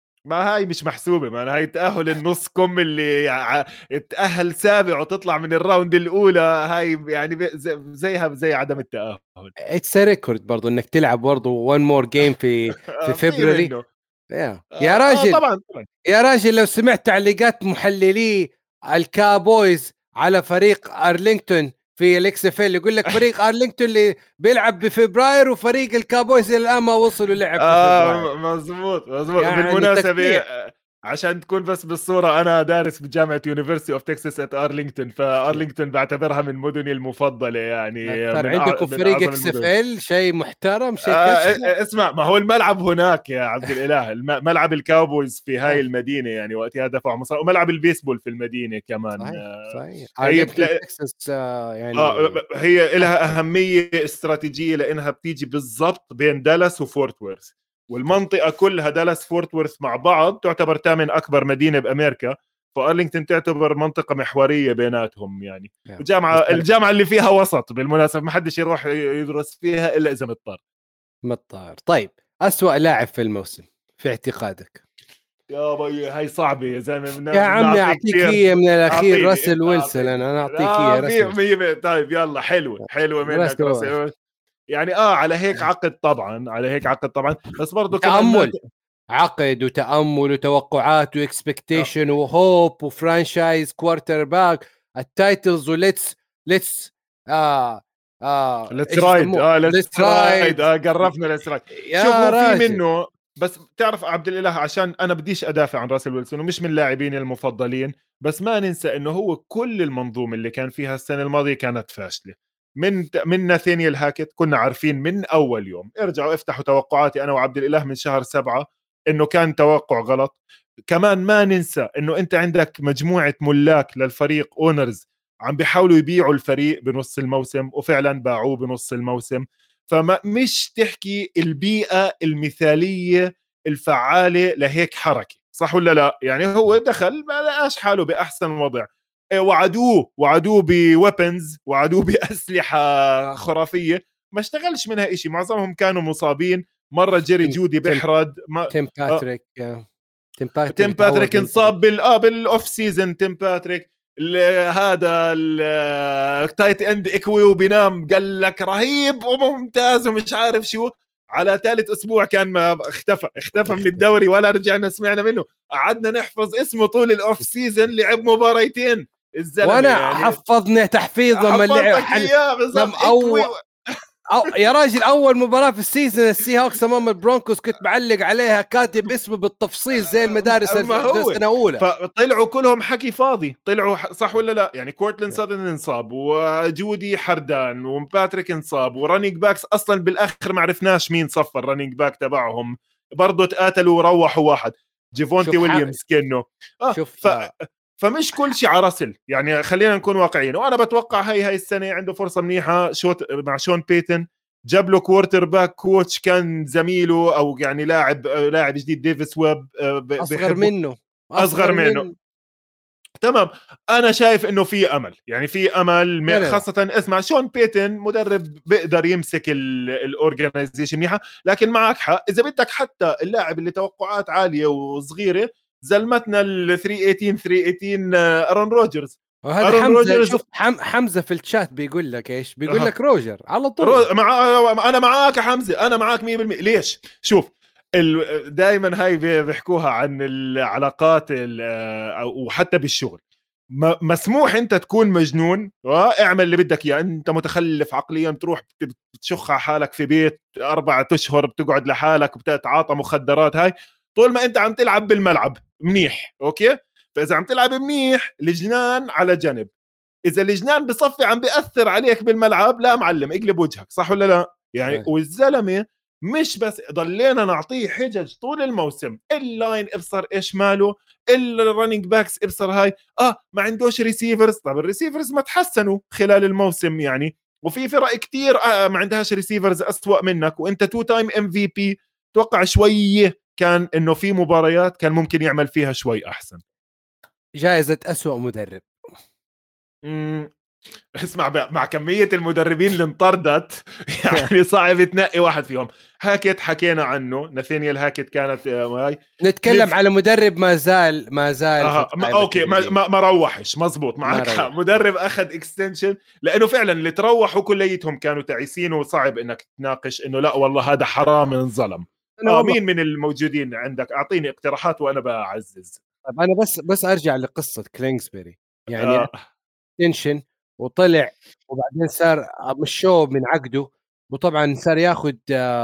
S2: ما هاي مش محسوبة، ما هاي تأهل النص كم اللي يعني تأهل سابع وتطلع من الراوند الأولى، هاي يعني زيها زي عدم التأهل.
S1: اتس ريكورد برضو انك تلعب برضو وان مور جيم في في فبراير. يا يا راجل
S2: آه طبعا طبعا.
S1: يا راجل لو سمعت تعليقات محللي الكابويز على فريق ارلينغتون في الاكس اف ال، يقول لك فريق ارلينغتون اللي بيلعب بفبراير وفريق الكابويز الان ما وصلوا لعب في فبراير.
S2: آه مزبوط مزبوط.
S1: يعني
S2: بالمناسبة تكتير. عشان تكون بس بالصورة، أنا دارس بجامعة يونيفرسيتي أوف تكساس ات أرلينغتون، فأرلينغتون بعتبرها من مدني المفضلة يعني.
S1: من عندكم فريق اكس اف ال شيء محترم شيء
S2: آه اسمع، ما هو الملعب هناك يا عبد الإله، ملعب الكاوبويز في هاي المدينة يعني وقتها دفعوا مصاري، وملعب البيسبول في المدينة كمان.
S1: صحيح صحيح.
S2: هي
S1: تكساس يعني
S2: آه هي لها أهمية استراتيجية لأنها بتيجي بالضبط بين دالاس وفورت وورث، والمنطقة كلها دالاس فورت وورث مع بعض تعتبر ثامن أكبر مدينة بأمريكا، فأرلينغتون تعتبر منطقة محورية بيناتهم يعني. الجامعة الجامعة اللي فيها وسط بالمناسبة، ما حدش يروح يدرس فيها إلا إذا مضطر.
S1: مضطر. طيب أسوأ لاعب في الموسم في اعتقادك؟
S2: يا بي هاي صعبة يا زلمة.
S1: يا عمي أعطيك هي من الأخير راسل ويلسون. أنا أنا أعطيك هي
S2: راسل. طيب يلا، حلوة حلوة منك راسل يعني. اه على هيك عقد طبعا، على هيك عقد طبعا، بس برضه
S1: تأمل عقد وتأمل وتوقعات واكسبكتيشن وهوب وفرانشايز كوارتر باك التايتلز وليتس ليتس اه اه
S2: ليتس رايد اه ليتس رايد اه قرفنا ليتس رايد. شوفوا في منه، بس بتعرف عبد الاله عشان انا بديش ادافع عن راسل ويلسون ومش من اللاعبين المفضلين، بس ما ننسى انه هو كل المنظومه اللي كان فيها السنه الماضيه كانت فاشله. من من ناثانيال هاكت كنا عارفين من اول يوم، ارجعوا افتحوا توقعاتي انا وعبد الاله من شهر سبعة انه كان توقع غلط. كمان ما ننسى انه انت عندك مجموعه ملاك للفريق اونرز عم بيحاولوا يبيعوا الفريق بنص الموسم، وفعلا باعوه بنص الموسم. فما مش تحكي البيئه المثاليه الفعاله لهيك حركه، صح ولا لا؟ يعني هو دخل ما لقاش حاله باحسن وضع. وعدوه وعدوه بويبنز وعدوه بأسلحة خرافية، ما اشتغلش منها إشي. معظمهم كانوا مصابين. مرة جيري جودي بحرد ما
S1: تيم باتريك آه. تيم باتريك
S2: تيم باتريك انصاب بال اه بالاوف سيزون. تيم باتريك هذا التايت اند اكوي وبينام قال لك رهيب وممتاز ومش عارف شو. على ثالث اسبوع كان ما اختفى اختفى من الدوري ولا رجعنا سمعنا منه. قعدنا نحفظ اسمه طول الاوف سيزون، لعب مباريتين الزلمه
S1: وانا
S2: يعني.
S1: حفظني تحفيظ لما لعب حن... لما أو... أو... يا راجل اول مباراه في السيزون السي هوكس امام البرونكوس كنت معلق عليها كاتب اسمه بالتفصيل زي المدارس السنه الاولى.
S2: فطلعوا كلهم حكي فاضي. طلعوا صح ولا لا يعني؟ كورتلاند سادن انصاب وجودي حردان وباتريك انصاب ورننج باكس اصلا بالاخر ما عرفناش مين صفى الرننج باك تبعهم، برضه تقاتلوا وروحوا واحد جيفونتي ويليامز كأنه اه
S1: شوف
S2: ف... فمش كل شيء عرسل يعني. خلينا نكون واقعيين. وانا بتوقع هي هاي السنه عنده فرصه منيحه شوت مع شون بيتن. جاب له كوارتر باك كوتش كان زميله او يعني لاعب لاعب جديد ديفيس ويب
S1: اصغر منه
S2: اصغر منه, منه. تمام. انا شايف انه في امل يعني في امل خاصه اسمع شون بيتن مدرب بيقدر يمسك الاورجنايزيشن منيحه. لكن معك حق اذا بدك حتى اللاعب اللي توقعات عاليه وصغيره زلمتنا ال ثلاثمية وثمانية عشر ارون روجرز.
S1: وهذا حمزة روجرز شوف حم... حمزة في الشات بيقول لك ايش بيقول أه. لك روجر على طول رو...
S2: مع... انا معاك يا حمزة انا معاك مية بالمية. ليش؟ شوف ال... دائما هاي بيحكوها عن العلاقات ال... وحتى بالشغل. م... مسموح انت تكون مجنون واعمل اللي بدك اياه. انت متخلف عقليا تروح بتشخ على حالك في بيت أربعة اشهر بتقعد لحالك بتتعاطى مخدرات. هاي طول ما انت عم تلعب بالملعب منيح اوكي. فاذا عم تلعب منيح الجنان على جنب. اذا الجنان بصفي عم بيأثر عليك بالملعب لا معلم اقلب وجهك صح ولا لا يعني. والزلمه مش بس ضلينا نعطيه حجج طول الموسم. اللاين ابصر ايش ماله، الرننج باكس ابصر هاي اه ما عندوش ريسيفرز. طب الريسيفرز ما تحسنوا خلال الموسم يعني. وفي فرق كتير آه ما عندهاش ريسيفرز أسوأ منك وانت تو تايم ام في بي. توقع شويه كان انه في مباريات كان ممكن يعمل فيها شوي احسن.
S1: جائزة أسوأ مدرب.
S2: امم اسمع مع كمية المدربين اللي انطردت يعني صعب تنقي واحد فيهم. هاكت حكينا عنه ناثانيال هاكت كانت هاي.
S1: نتكلم لف... على مدرب ما زال ما زال
S2: آه ما اوكي ما, ما, ما روحش مزبوط معك حق. مدرب اخذ اكستنشن لانه فعلا اللي تروحوا كليتهم كانوا تعيسين وصعب انك تناقش انه لا والله هذا حرام انظلم. آه مين من الموجودين عندك اعطيني اقتراحات وانا بعزز.
S1: طيب انا بس بس ارجع لقصة كلينغسبري يعني آه. تنشن وطلع وبعدين صار مشوه من عقده وطبعا صار ياخذ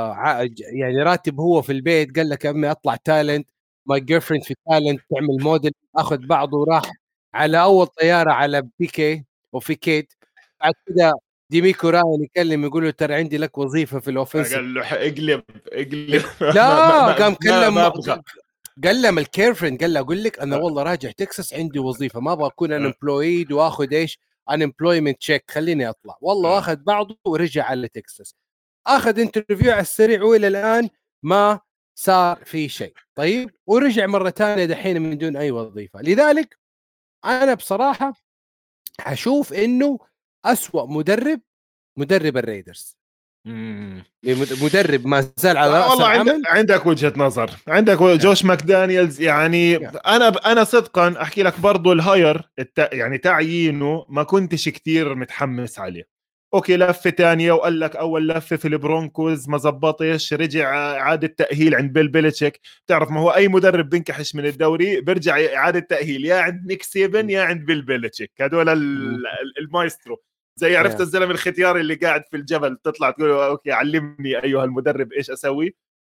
S1: يعني راتب هو في البيت. قال لك يا امي اطلع تالنت ماي جيرل فريند في تالنت تعمل موديل. اخذ بعضه وراح على اول طياره على بيكي وفي كيت. بعد كده ديميكو راين يكلم يقول له ترى عندي لك وظيفه في الاوفنس.
S2: قال له اقلب اقلب
S1: لا قام كلم كلم الكيرفريند قال له اقول لك انا والله راجع تكساس عندي وظيفه ما ابغى اكون ان امبلويد واخذ ايش unemployment check خليني اطلع. والله اخذ بعضه ورجع على تكساس. اخذ انترفيو على السريع والى الان ما صار في شيء. طيب ورجع مره ثانيه دحين من دون اي وظيفه. لذلك انا بصراحه اشوف انه أسوأ مدرب مدرب الريدرز.
S2: امم
S1: مدرب ما زال على رأس
S2: والله
S1: العمل.
S2: عندك, عندك وجهة نظر. عندك جوش ماكدانيلز يعني انا انا صدقا احكي لك برضو الهاير الت... يعني تعيينه ما كنتش كتير متحمس عليه. اوكي لفه ثانيه وقال لك اول لفه في البرونكوز ما زبطش رجع اعاده تاهيل عند بيل بيلتشيك. بتعرف ما هو اي مدرب بينكحش من الدوري بيرجع اعاده تاهيل يا عند نيك سيبن يا عند بيل بيلتشيك. هذول المايسترو زي عرفت yeah. الزلمه الختيار اللي قاعد في الجبل تطلع تقول اوكي علمني ايها المدرب ايش اسوي.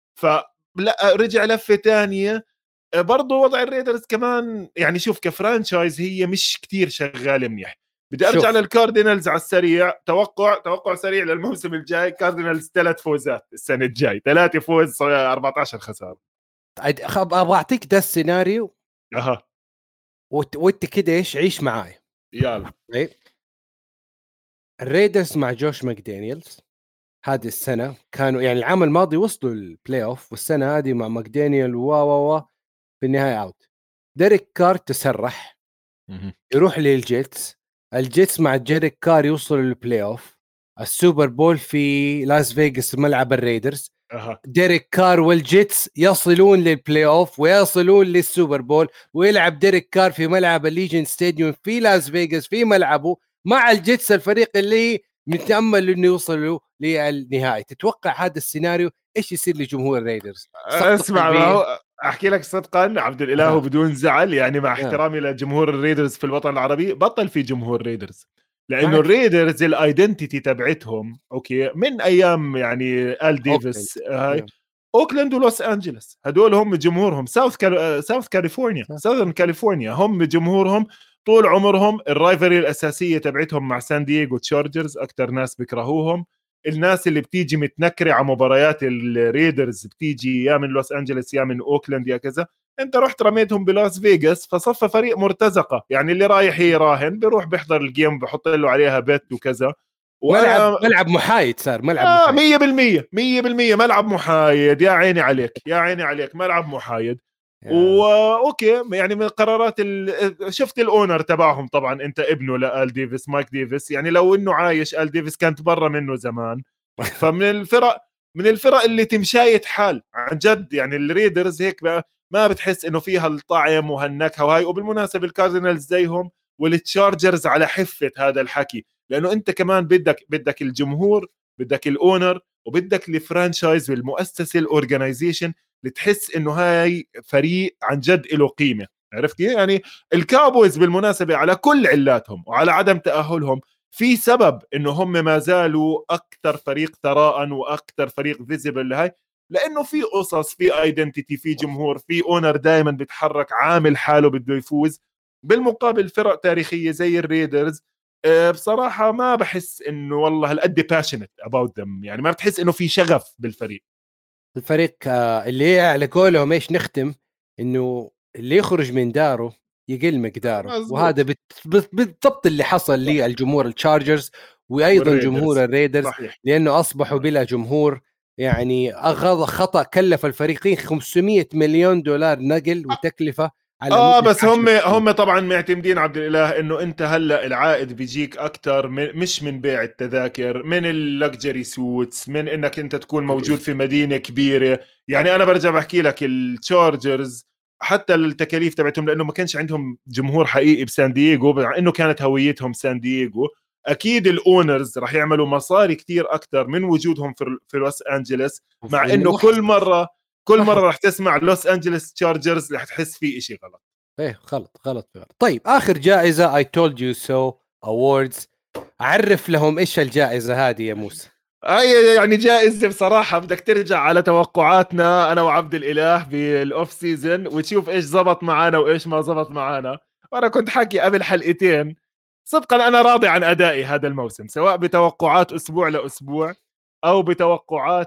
S2: فلا رجع لفه ثانيه برضو. وضع الريدرز كمان يعني شوف كفرانشايز هي مش كتير شغاله منيح. بدي ارجع شوف. للكاردينالز على السريع. توقع توقع سريع للموسم الجاي. كاردينالز ثلاث فوزات السنه الجاي ثلاثه فوز أربعة عشر خساره.
S1: ابغى اعطيك ده السيناريو
S2: اها
S1: وانت كده ايش عيش معاي
S2: يلا.
S1: طيب الريدرز مع جوش ماكدانيلز هذه السنه كانوا يعني العام الماضي وصلوا البلاي اوف والسنه هذه مع ماكدانيل و و و في النهايه اوت. ديريك كار تسرح يروح للجيتس، الجيتس مع جيريك كار يوصلوا للبلاي اوف، السوبر بول في لاس فيغاس ملعب الريدرز،
S2: أه.
S1: ديريك كار والجيتس يصلون للبلاي اوف ويصلون للسوبر بول، ويلعب ديريك كار في ملعب الليجن ستاديوم في لاس فيغاس في ملعبه مع الجيتس الفريق اللي متأمل انه يوصلوا للنهائي. تتوقع هذا السيناريو ايش يصير لجمهور الريدرز؟ سقطة
S2: اسمع، ما
S1: قلبية؟
S2: هو احكي لك صدقا عبد الاله
S1: آه.
S2: بدون زعل، يعني مع
S1: آه.
S2: احترامي لجمهور الريدرز في الوطن العربي، بطل في جمهور ريدرز، لانه
S1: معك.
S2: الريدرز الايدنتيتي تبعتهم اوكي من ايام يعني ال
S1: اوكلاند.
S2: ديفيس هاي اوكلاند ولوس انجلوس، هدول هم جمهورهم. ساوث كال... ساوث كاليفورنيا، ساوثرن كاليفورنيا، هم جمهورهم طول عمرهم. الرايفري الاساسيه تبعتهم مع سان دييغو تشارجرز، اكثر ناس بيكرهوهم. الناس اللي بتيجي متنكره على مباريات الريدرز بتيجي يا من لوس انجلوس يا من اوكلاند يا كذا. انت رحت رميتهم بلاس فيغاس، فصفى فريق مرتزقه، يعني اللي رايح يراهن بيروح بيحضر الجيم بحط له عليها بيت وكذا.
S1: ملعب
S2: وانا
S1: ملعب محايد، صار ملعب
S2: اه
S1: محايد.
S2: مية بالمية مية بالمية ملعب محايد. يا عيني عليك، يا عيني عليك، ملعب محايد.
S1: يا.
S2: واوكي، يعني من قرارات ال... شفت الاونر تبعهم طبعا، انت ابنه لآل ديفيس، مايك ديفيس، يعني لو انه عايش آل ديفيس كانت برا منه زمان. فمن الفرق من الفرق اللي تمشايت حال عن جد، يعني الريدرز هيك بقى ما بتحس انه فيها الطعم وهالنكهه وهاي. وبالمناسبه الكاردينالز زيهم، والتشارجرز على حفه هذا الحكي، لانه انت كمان بدك بدك الجمهور، بدك الاونر، وبدك الفرانشايز والمؤسسه الاورجنايزيشن اللي تحس انه هاي فريق عن جد له قيمه. عرفت كيف؟ يعني الكاوبويز بالمناسبه على كل علاتهم وعلى عدم تاهلهم، في سبب انه هم ما زالوا اكثر فريق ثراء واكثر فريق فيزيبل لهي، لانه في قصص، في ايدنتيتي، في جمهور، في اونر دائما بيتحرك عامل حاله بده يفوز. بالمقابل فرق تاريخيه زي الريدرز بصراحه ما بحس انه والله هالقد باشنت اباوت ذم، يعني ما بتحس انه في شغف بالفريق.
S1: الفريق آه، اللي على قولهم ايش نختم، انه اللي يخرج من داره يقل مقداره، وهذا
S2: مزبوط.
S1: بت- بت- بالضبط اللي حصل للجمهور التشارجرز وايضا جمهور
S2: والريدرز
S1: الريدرز،
S2: صحيح.
S1: لانه اصبحوا بلا جمهور. يعني اغض خطأ كلف الفريقين خمسمية مليون دولار نقل وتكلفة على
S2: اه
S1: مدة
S2: بس هم
S1: عشر سنين.
S2: هم طبعا معتمدين عبد الاله انه انت هلا العائد بيجيك اكثر من، مش من بيع التذاكر، من اللكجري سوتس، من انك انت تكون موجود في مدينه كبيره. يعني انا برجع بحكي لك التشارجرز حتى التكاليف تبعتهم، لانه ما كانش عندهم جمهور حقيقي بسان دييغو، مع انه كانت هويتهم سان دييغو. اكيد الاونرز راح يعملوا مصاري كتير اكثر من وجودهم في في لوس انجلوس، مع انه كل
S1: لحظة
S2: مره كل مره
S1: لحظة
S2: راح تسمع لوس انجلوس تشارجرز رح تحس في إشي غلط.
S1: ايه غلط غلط غلط. طيب اخر جائزة I told you so awards، اعرف لهم ايش الجائزة هذه يا موسى.
S2: هاي يعني جائزة بصراحة بدك ترجع على توقعاتنا أنا وعبد الإله بالأوف سيزن وتشوف إيش زبط معانا وإيش ما زبط معانا. وأنا كنت حكي قبل حلقتين، صدقا أنا راضي عن أدائي هذا الموسم، سواء بتوقعات أسبوع لأسبوع أو بتوقعات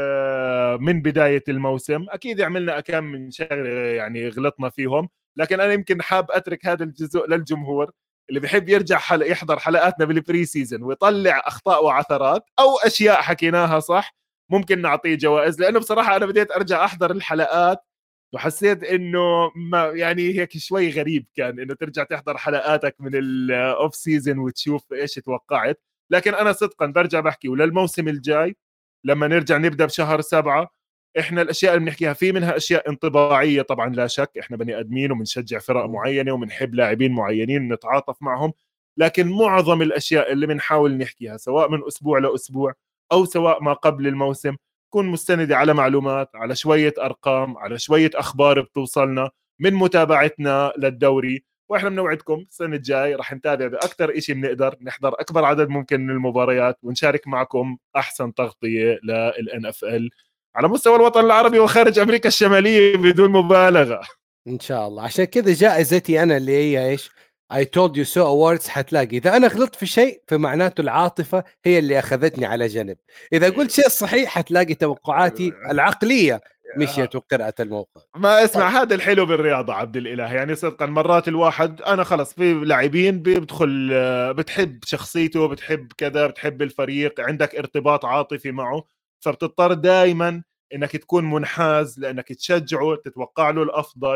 S2: آه، من بداية الموسم. أكيد عملنا أكم من شغلة يعني غلطنا فيهم، لكن أنا يمكن حاب أترك هذا الجزء للجمهور اللي بيحب يرجع حلق يحضر حلقاتنا بالبري سيزن ويطلع اخطاء وعثرات او اشياء حكيناها صح، ممكن نعطيه جوائز. لانه بصراحه انا بديت ارجع احضر الحلقات وحسيت انه ما يعني هيك شوي غريب كان انه ترجع تحضر حلقاتك من الاوف سيزن وتشوف ايش توقعت. لكن انا صدقا برجع بحكي، وللموسم الجاي لما نرجع نبدا بشهر سبعة، احنا الاشياء اللي بنحكيها في منها اشياء انطباعيه طبعا لا شك، احنا بني ادمين وبنشجع فرق معينه وبنحب لاعبين معينين نتعاطف معهم، لكن معظم الاشياء اللي بنحاول نحكيها سواء من اسبوع لاسبوع او سواء ما قبل الموسم تكون مستندة على معلومات، على شوية أرقام، على شوية أخبار بتوصلنا من متابعتنا للدوري. وإحنا بنوعدكم السنة الجاي رح نتابع بأكثر إشي بنقدر، نحضر أكبر عدد ممكن من المباريات ونشارك معكم أحسن تغطية لل إن إف إل على مستوى الوطن العربي وخارج أمريكا الشمالية بدون مبالغة.
S1: ان شاء الله. عشان كذا جائزتي انا اللي هي ايش I told you so awards، حتلاقي اذا انا غلطت في شيء فمعناته العاطفة هي اللي اخذتني على جنب، اذا قلت شيء صحيح حتلاقي توقعاتي العقلية مشيت وقرأت الموقع.
S2: ما
S1: طيب.
S2: اسمع، هذا الحلو بالرياضة عبد الإله، يعني صدقا مرات الواحد أنا خلص في لاعبين بيدخل آه، بتحب شخصيته، بتحب كذا، بتحب الفريق، عندك ارتباط عاطفي معه، فبتضطر دائما إنك تكون منحاز لأنك تشجعه، تتوقع له الأفضل.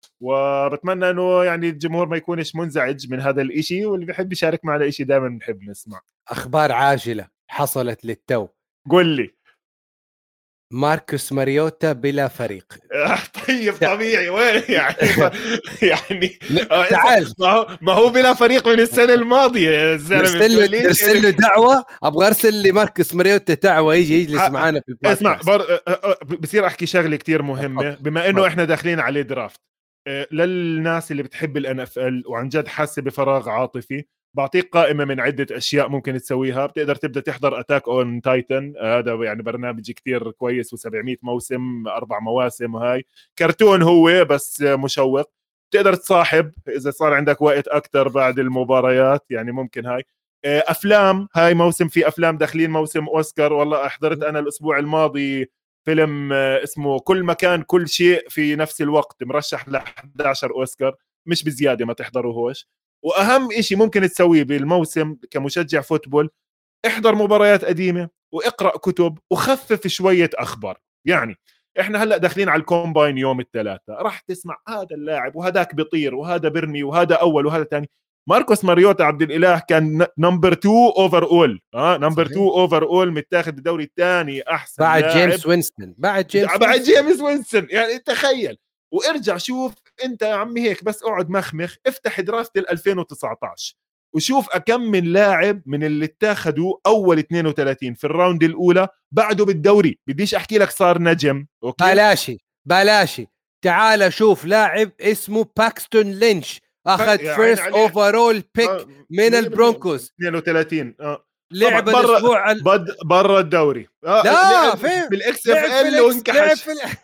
S2: وبتمنى انه يعني الجمهور ما يكونش منزعج من هذا الاشي، واللي بيحب يشارك معنا اشي دائما بنحب نسمع.
S1: اخبار عاجله حصلت للتو.
S2: قل لي.
S1: ماركوس ماريوتا بلا فريق.
S2: طيب طبيعي وين يعني يعني
S1: تعال
S2: ما هو ما هو بلا فريق من السنه الماضيه يا زلمه.
S1: ارسل له ارسل له دعوه، ابغى ارسل لي ماركوس ماريوتا دعوه يجي يجلس معنا في البودكاست.
S2: اسمع بر... بصير احكي شغله كتير مهمه بما انه احنا داخلين عليه درافت. للناس اللي بتحب الان اف ال وعن جد حاسه بفراغ عاطفي، بعطيك قائمه من عده اشياء ممكن تسويها. بتقدر تبدا تحضر اتاك اون تايتن، هذا يعني برنامج كتير كويس و700 موسم، اربع مواسم، وهاي كرتون هو بس مشوق. تقدر تصاحب اذا صار عندك وقت اكتر بعد المباريات، يعني ممكن هاي. افلام، هاي موسم في افلام داخلين موسم اوسكار. والله احضرت انا الاسبوع الماضي فيلم اسمه كل مكان كل شيء في نفس الوقت، مرشح ل إحدى عشر اوسكار، مش بزياده ما تحضروهوش. واهم إشي ممكن تسويه بالموسم كمشجع فوتبول، احضر مباريات قديمه واقرا كتب وخفف شويه اخبار. يعني احنا هلا داخلين على الكومباين يوم الثلاثاء، راح تسمع هذا اللاعب وهذاك بيطير وهذا برمي وهذا اول وهذا ثاني. ماركوس ماريوتا عبد الاله كان نمبر اتنين اوفر اول، اه نمبر اتنين اوفر اول، متاخذ الدوري الثاني احسن
S1: بعد
S2: لاعب
S1: جيمس وينستون بعد جيمس
S2: بعد جيمس وينستون. يعني تخيل. وارجع شوف انت يا عمي هيك، بس اقعد مخمخ، افتح درافت ألفين وتسعة عشر وشوف أكم من لاعب من اللي اتاخدوا اول اثنين وثلاثين في الراوند الاولى بعده بالدوري. بديش احكي لك صار نجم، اوكي
S1: بلاشي بلاشي. تعال شوف لاعب اسمه باكستون لينش، اخذ فيرست اوفرول بيك من البرونكوز
S2: اثنين وثلاثين. اه
S1: لعب الاسبوع ال...
S2: بد برا الدوري. اه
S1: لا فين
S2: بالاكس اف ال وانكحش.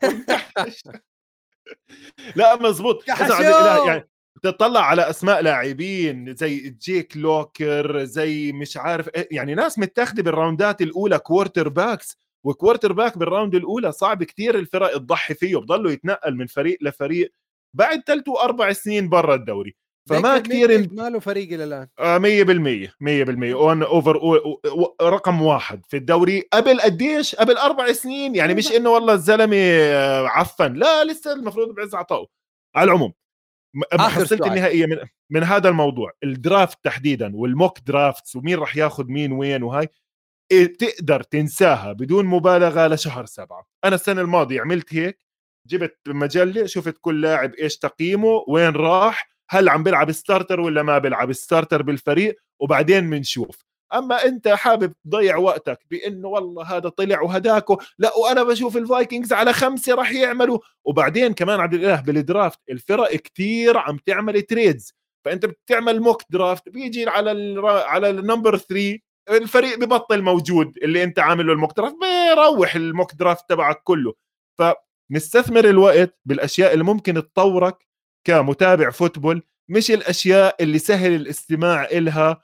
S2: لا مزبوط. يعني تطلع على اسماء لاعبين زي جيك لوكر، زي مش عارف يعني ناس متاخده بالراوندات الاولى كوارتر باكس، وكوارتر باك بالراوند الاولى صعب كتير الفرق تضحي فيه، بضلوا يتنقل من فريق لفريق بعد ثلاث واربع سنين برا الدوري. فما كتير
S1: ما له فريق الى الان.
S2: آه مية بالمية مية بالمية اون اوفر رقم واحد في الدوري. قبل قديش؟ قبل اربع سنين. يعني مش انه والله الزلمه عفن، لا لسه المفروض بعز عطائه. على العموم حصلت النهائيه من من هذا الموضوع، الدرافت تحديدا والموك درافتس ومين راح ياخذ مين وين وهاي، تقدر تنساها بدون مبالغه لشهر سبعة. انا السنه الماضيه عملت هيك، جبت مجله شفت كل لاعب ايش تقييمه، وين راح، هل عم بيلعب ستارتر ولا ما بيلعب ستارتر بالفريق، وبعدين بنشوف. اما انت حابب تضيع وقتك بانه والله هذا طلع وهداكو، لا وانا بشوف الفايكنجز على خمسة راح يعملوا. وبعدين كمان عبد الاله بالدرافت الفرق كتير عم تعمل تريدز، فانت بتعمل موك درافت بيجي على ال على النمبر ثلاثة الفريق ببطل موجود اللي انت عامل له الموك درافت، بيروح الموك درافت تبعك كله. فنستثمر الوقت بالاشياء اللي ممكن تطورك كمتابع فوتبول، مش الاشياء اللي سهل الاستماع إلها.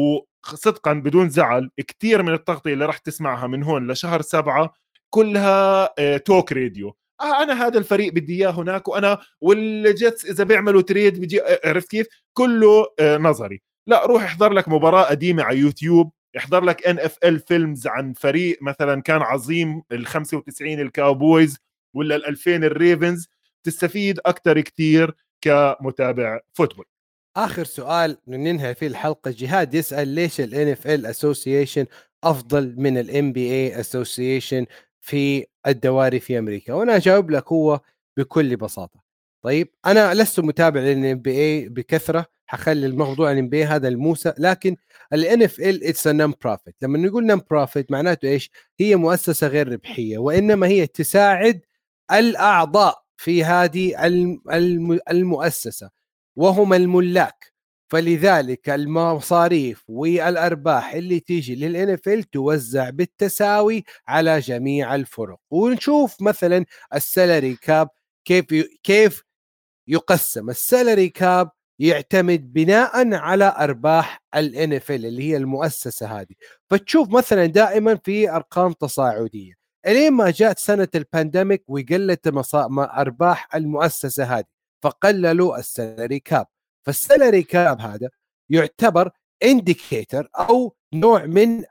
S2: وصدقا بدون زعل كتير من التغطية اللي راح تسمعها من هون لشهر سبعة كلها توك راديو. آه أنا هذا الفريق بدي إياه هناك، وأنا والجيتس إذا بيعملوا تريد بيجي، عرفت كيف؟ كله نظري. لا روح احضر لك مباراة قديمة على يوتيوب، احضر لك ان اف ال فيلمز عن فريق مثلا كان عظيم، ال خمسة وتسعين الكاوبويز ولا ال ألفين الريفنز، تستفيد أكتر كتير كمتابع فوتبول.
S1: اخر سؤال ننهي فيه الحلقه، جهاد يسال ليش ال إن إف إل Association افضل من ال إن بي إيه Association في الدواري في امريكا، وانا اجاوب لك هو بكل بساطه. طيب انا لست متابع لل إن بي إيه بكثره، حخلي الموضوع ال إن بي إيه هذا الموسى، لكن ال إن إف إل it's a non-profit. لما نقول non-profit معناته ايش؟ هي مؤسسه غير ربحيه، وانما هي تساعد الاعضاء في هذه المؤسسه وهم الملاك، فلذلك المصاريف والأرباح اللي تيجي لل إن إف إل توزع بالتساوي على جميع الفرق. ونشوف مثلا السالري كاب كيف كيف يقسم. السالري كاب يعتمد بناء على أرباح ال إن إف إل اللي هي المؤسسة هذه، فتشوف مثلا دائما في أرقام تصاعدية، الين ما جاءت سنة البانديميك وقلت أرباح المؤسسة هذه فقللوا السالري كاب. فالسالري كاب هذا يعتبر انديكيتر او نوع من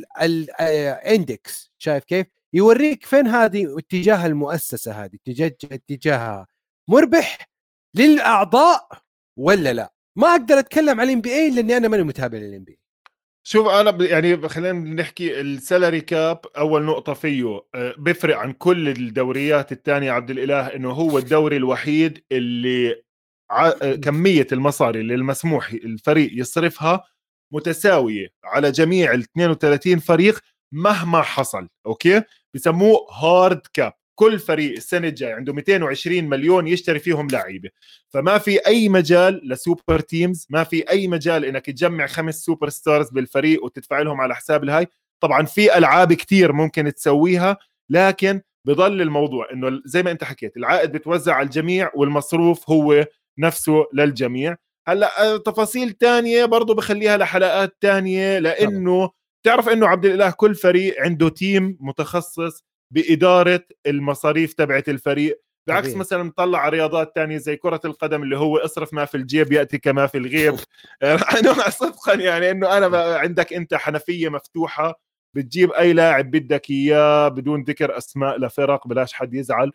S1: الاندكس، شايف كيف يوريك فين هذه اتجاه المؤسسه هذه، اتجاه اتجاهها مربح للاعضاء ولا لا؟ ما اقدر اتكلم عن الام بي اي لاني انا ماني متابع للام بي اي.
S2: شوف انا ب- يعني خلينا نحكي السالري كاب. اول نقطه فيه آه، بيفرق عن كل الدوريات الثانيه عبد الاله، انه هو الدوري الوحيد اللي ع- آه، كميه المصاري اللي المسموح الفريق يصرفها متساويه على جميع ال اثنين وثلاثين فريق مهما حصل. اوكي، بسموه هارد كاب. كل فريق السنه الجايه عنده مئتين وعشرين مليون يشتري فيهم لعيبه، فما في اي مجال لسوبر تيمز، ما في اي مجال انك تجمع خمس سوبر ستارز بالفريق وتدفع لهم على حساب الهاي. طبعا في العاب كتير ممكن تسويها، لكن بضل الموضوع انه زي ما انت حكيت العائد بتوزع على الجميع والمصروف هو نفسه للجميع. هلا تفاصيل تانية برضو بخليها لحلقات تانية، لانه تعرف انه عبد الاله كل فريق عنده تيم متخصص بإدارة المصاريف تبعت الفريق، بعكس
S1: طبيعي.
S2: مثلا نطلع على رياضات تانية زي كرة القدم اللي هو اصرف ما في الجيب يأتي كما في الغيب. أنا صدقا يعني انه انا عندك انت حنفية مفتوحة بتجيب اي لاعب بدك اياه بدون ذكر اسماء لفرق، بلاش حد يزعل.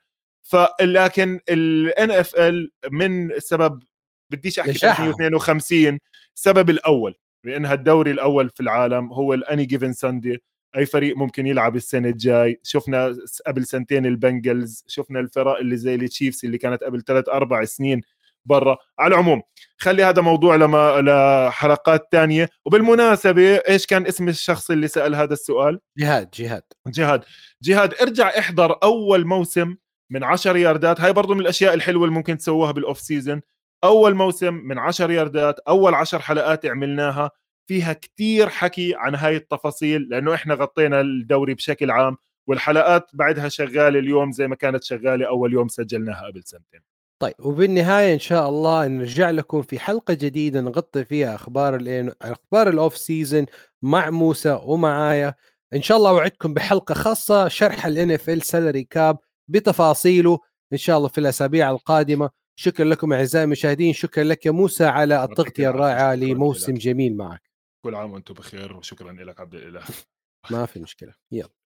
S2: فلكن ال إن إف إل من سبب بديش احكي ثلاثمية واثنين وخمسين السبب الاول بانها الدوري الاول في العالم هو الاني جيفن ساندي. اي فريق ممكن يلعب السنه الجاي. شفنا قبل سنتين البنجلز، شفنا الفرق اللي زي التشيفز اللي كانت قبل ثلاث اربع سنين برا. على العموم خلي هذا موضوع لما لحلقات تانية. وبالمناسبة ايش كان اسم الشخص اللي سأل هذا السؤال؟
S1: جهاد جهاد
S2: جهاد جهاد ارجع احضر اول موسم من عشر ياردات. هاي برضو من الاشياء الحلوة اللي ممكن تسووها بالاوف سيزن. اول موسم من عشر ياردات، اول عشر حلقات عملناها فيها كتير حكي عن هاي التفاصيل، لانه احنا غطينا الدوري بشكل عام، والحلقات بعدها شغالة اليوم زي ما كانت شغالة اول يوم سجلناها قبل سنتين.
S1: طيب، وبالنهاية إن شاء الله نرجع لكم في حلقة جديدة نغطي فيها أخبار الإن... أخبار الأوف سيزن مع موسى ومعايا. إن شاء الله وعدكم بحلقة خاصة شرح ال إن إف إل سالري كاب بتفاصيله إن شاء الله في الأسابيع القادمة. شكرا لكم أعزائي المشاهدين، شكرا لك يا موسى على التغطية الرائعة لموسم جميل معك.
S2: كل عام وأنتم بخير، وشكرا لك عبد الإله.
S1: ما في مشكلة، يلا.